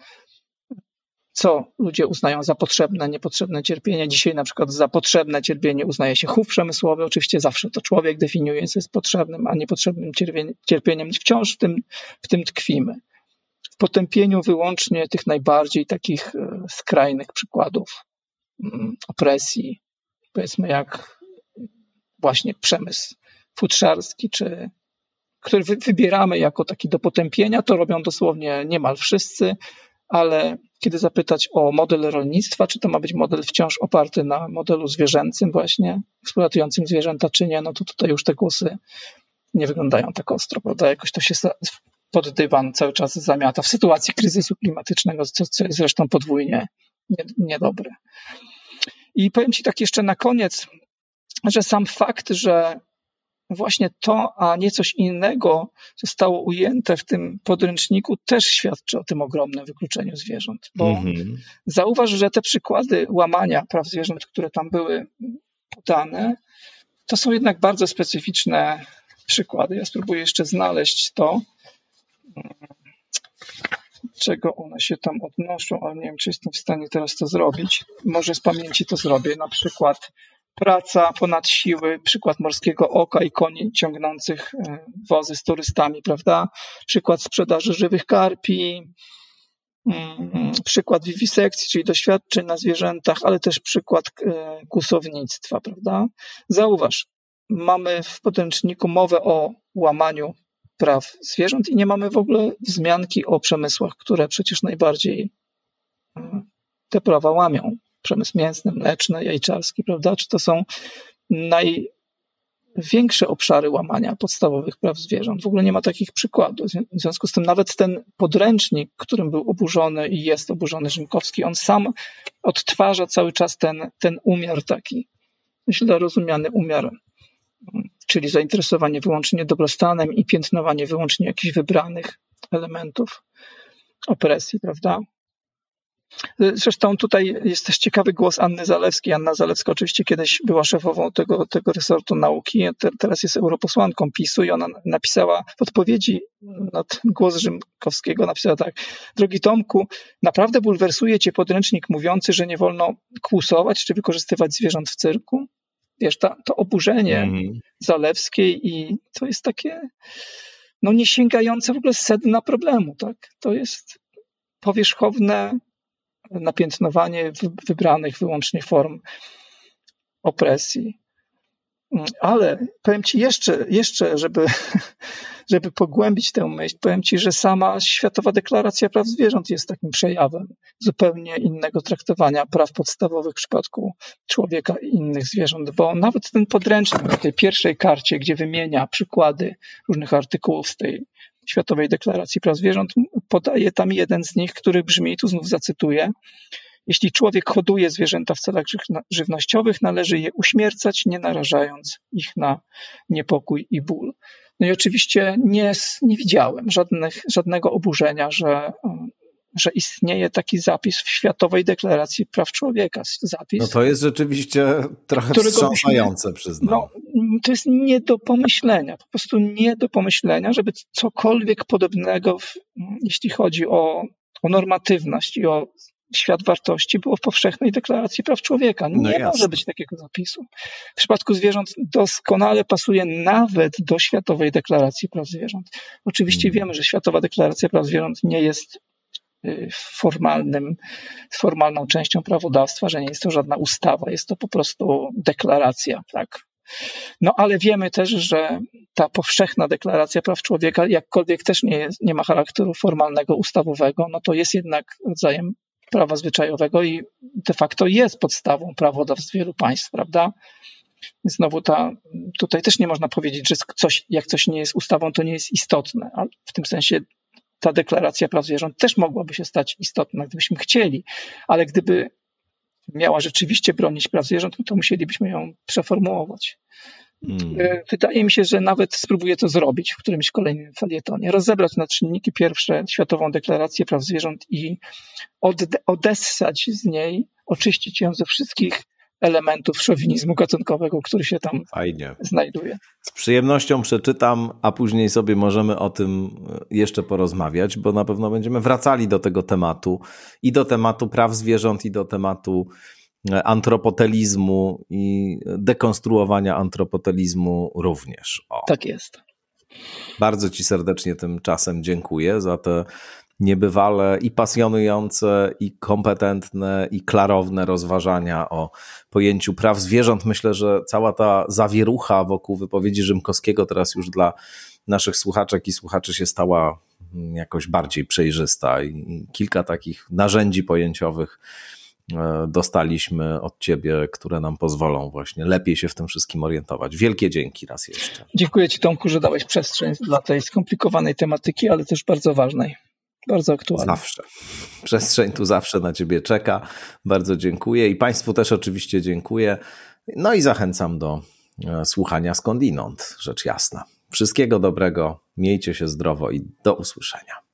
co ludzie uznają za potrzebne, niepotrzebne cierpienie. Dzisiaj na przykład za potrzebne cierpienie uznaje się chów przemysłowy. Oczywiście zawsze to człowiek definiuje, co jest potrzebnym, a niepotrzebnym cierpieniem. Wciąż w tym tkwimy. W potępieniu wyłącznie tych najbardziej takich skrajnych przykładów opresji, powiedzmy jak właśnie przemysł futrzarski, który wybieramy jako taki do potępienia, to robią dosłownie niemal wszyscy, ale kiedy zapytać o model rolnictwa, czy to ma być model wciąż oparty na modelu zwierzęcym właśnie, eksploatującym zwierzęta, czy nie, no to tutaj już te głosy nie wyglądają tak ostro, prawda? Jakoś to się pod dywan cały czas zamiata w sytuacji kryzysu klimatycznego, co jest zresztą podwójnie niedobre. I powiem Ci tak jeszcze na koniec, że sam fakt, że właśnie to, a nie coś innego zostało ujęte w tym podręczniku, też świadczy o tym ogromnym wykluczeniu zwierząt. Bo zauważ, że te przykłady łamania praw zwierząt, które tam były podane, to są jednak bardzo specyficzne przykłady. Ja spróbuję jeszcze znaleźć to, czego one się tam odnoszą, ale nie wiem, czy jestem w stanie teraz to zrobić. Może z pamięci to zrobię. Na przykład praca ponad siły, przykład morskiego oka i koni ciągnących wozy z turystami, prawda? Przykład sprzedaży żywych karpi, przykład wiwisekcji, czyli doświadczeń na zwierzętach, ale też przykład kłusownictwa, prawda? Zauważ, mamy w podręczniku mowę o łamaniu praw zwierząt i nie mamy w ogóle wzmianki o przemysłach, które przecież najbardziej te prawa łamią. Przemysł mięsny, mleczny, jajczarski, prawda? Czy to są największe obszary łamania podstawowych praw zwierząt? W ogóle nie ma takich przykładów. W związku z tym nawet ten podręcznik, którym był oburzony i jest oburzony Rzymkowski, on sam odtwarza cały czas ten umiar taki, źle rozumiany umiar, czyli zainteresowanie wyłącznie dobrostanem i piętnowanie wyłącznie jakichś wybranych elementów opresji, prawda? Zresztą tutaj jest też ciekawy głos Anny Zalewskiej. Anna Zalewska oczywiście kiedyś była szefową tego resortu nauki, teraz jest europosłanką PiS-u i ona napisała w odpowiedzi na ten głos Rzymkowskiego, napisała tak: drogi Tomku, naprawdę bulwersuje cię podręcznik mówiący, że nie wolno kłusować czy wykorzystywać zwierząt w cyrku? Wiesz, to oburzenie Zalewskiej i to jest takie nie sięgające w ogóle sedna problemu, tak? To jest powierzchowne napiętnowanie wybranych wyłącznie form opresji. Ale powiem Ci jeszcze żeby pogłębić tę myśl, powiem Ci, że sama Światowa Deklaracja Praw Zwierząt jest takim przejawem zupełnie innego traktowania praw podstawowych w przypadku człowieka i innych zwierząt, bo nawet ten podręcznik na tej pierwszej karcie, gdzie wymienia przykłady różnych artykułów z tej Światowej Deklaracji Praw Zwierząt, podaje tam jeden z nich, który brzmi, tu znów zacytuję: jeśli człowiek hoduje zwierzęta w celach żywnościowych, należy je uśmiercać, nie narażając ich na niepokój i ból. No i oczywiście nie widziałem żadnego oburzenia, że istnieje taki zapis w Światowej Deklaracji Praw Człowieka. Zapis, no to jest rzeczywiście trochę wstrząsające, przyznam. No, to jest nie do pomyślenia, po prostu nie do pomyślenia, żeby cokolwiek podobnego, jeśli chodzi o normatywność i o świat wartości, było w Powszechnej Deklaracji Praw Człowieka. Nie może być takiego zapisu. W przypadku zwierząt doskonale pasuje nawet do Światowej Deklaracji Praw Zwierząt. Oczywiście wiemy, że Światowa Deklaracja Praw Zwierząt nie jest formalną częścią prawodawstwa, że nie jest to żadna ustawa, jest to po prostu deklaracja, tak? No ale wiemy też, że ta Powszechna Deklaracja Praw Człowieka, jakkolwiek też nie ma charakteru formalnego, ustawowego, no to jest jednak rodzajem prawa zwyczajowego i de facto jest podstawą prawodawstw wielu państw, prawda? Znowu tutaj też nie można powiedzieć, że jak coś nie jest ustawą, to nie jest istotne, a w tym sensie ta Deklaracja Praw Zwierząt też mogłaby się stać istotna, gdybyśmy chcieli, ale gdyby miała rzeczywiście bronić praw zwierząt, to musielibyśmy ją przeformułować. Wydaje mi się, że nawet spróbuję to zrobić w którymś kolejnym felietonie. Rozebrać na czynniki pierwsze Światową Deklarację Praw Zwierząt i odessać z niej, oczyścić ją ze wszystkich elementów szowinizmu gatunkowego, który się tam znajduje. Z przyjemnością przeczytam, a później sobie możemy o tym jeszcze porozmawiać, bo na pewno będziemy wracali do tego tematu i do tematu praw zwierząt, i do tematu antropotelizmu i dekonstruowania antropotelizmu również. Tak jest. Bardzo Ci serdecznie tymczasem dziękuję za te niebywale i pasjonujące, i kompetentne, i klarowne rozważania o pojęciu praw zwierząt. Myślę, że cała ta zawierucha wokół wypowiedzi Rzymkowskiego teraz już dla naszych słuchaczek i słuchaczy się stała jakoś bardziej przejrzysta i kilka takich narzędzi pojęciowych dostaliśmy od Ciebie, które nam pozwolą właśnie lepiej się w tym wszystkim orientować. Wielkie dzięki raz jeszcze. Dziękuję Ci, Tomku, że dałeś przestrzeń dla tej skomplikowanej tematyki, ale też bardzo ważnej. Bardzo aktualne. Zawsze. Przestrzeń tu zawsze na Ciebie czeka. Bardzo dziękuję i Państwu też oczywiście dziękuję. No i zachęcam do słuchania skądinąd, rzecz jasna. Wszystkiego dobrego, miejcie się zdrowo i do usłyszenia.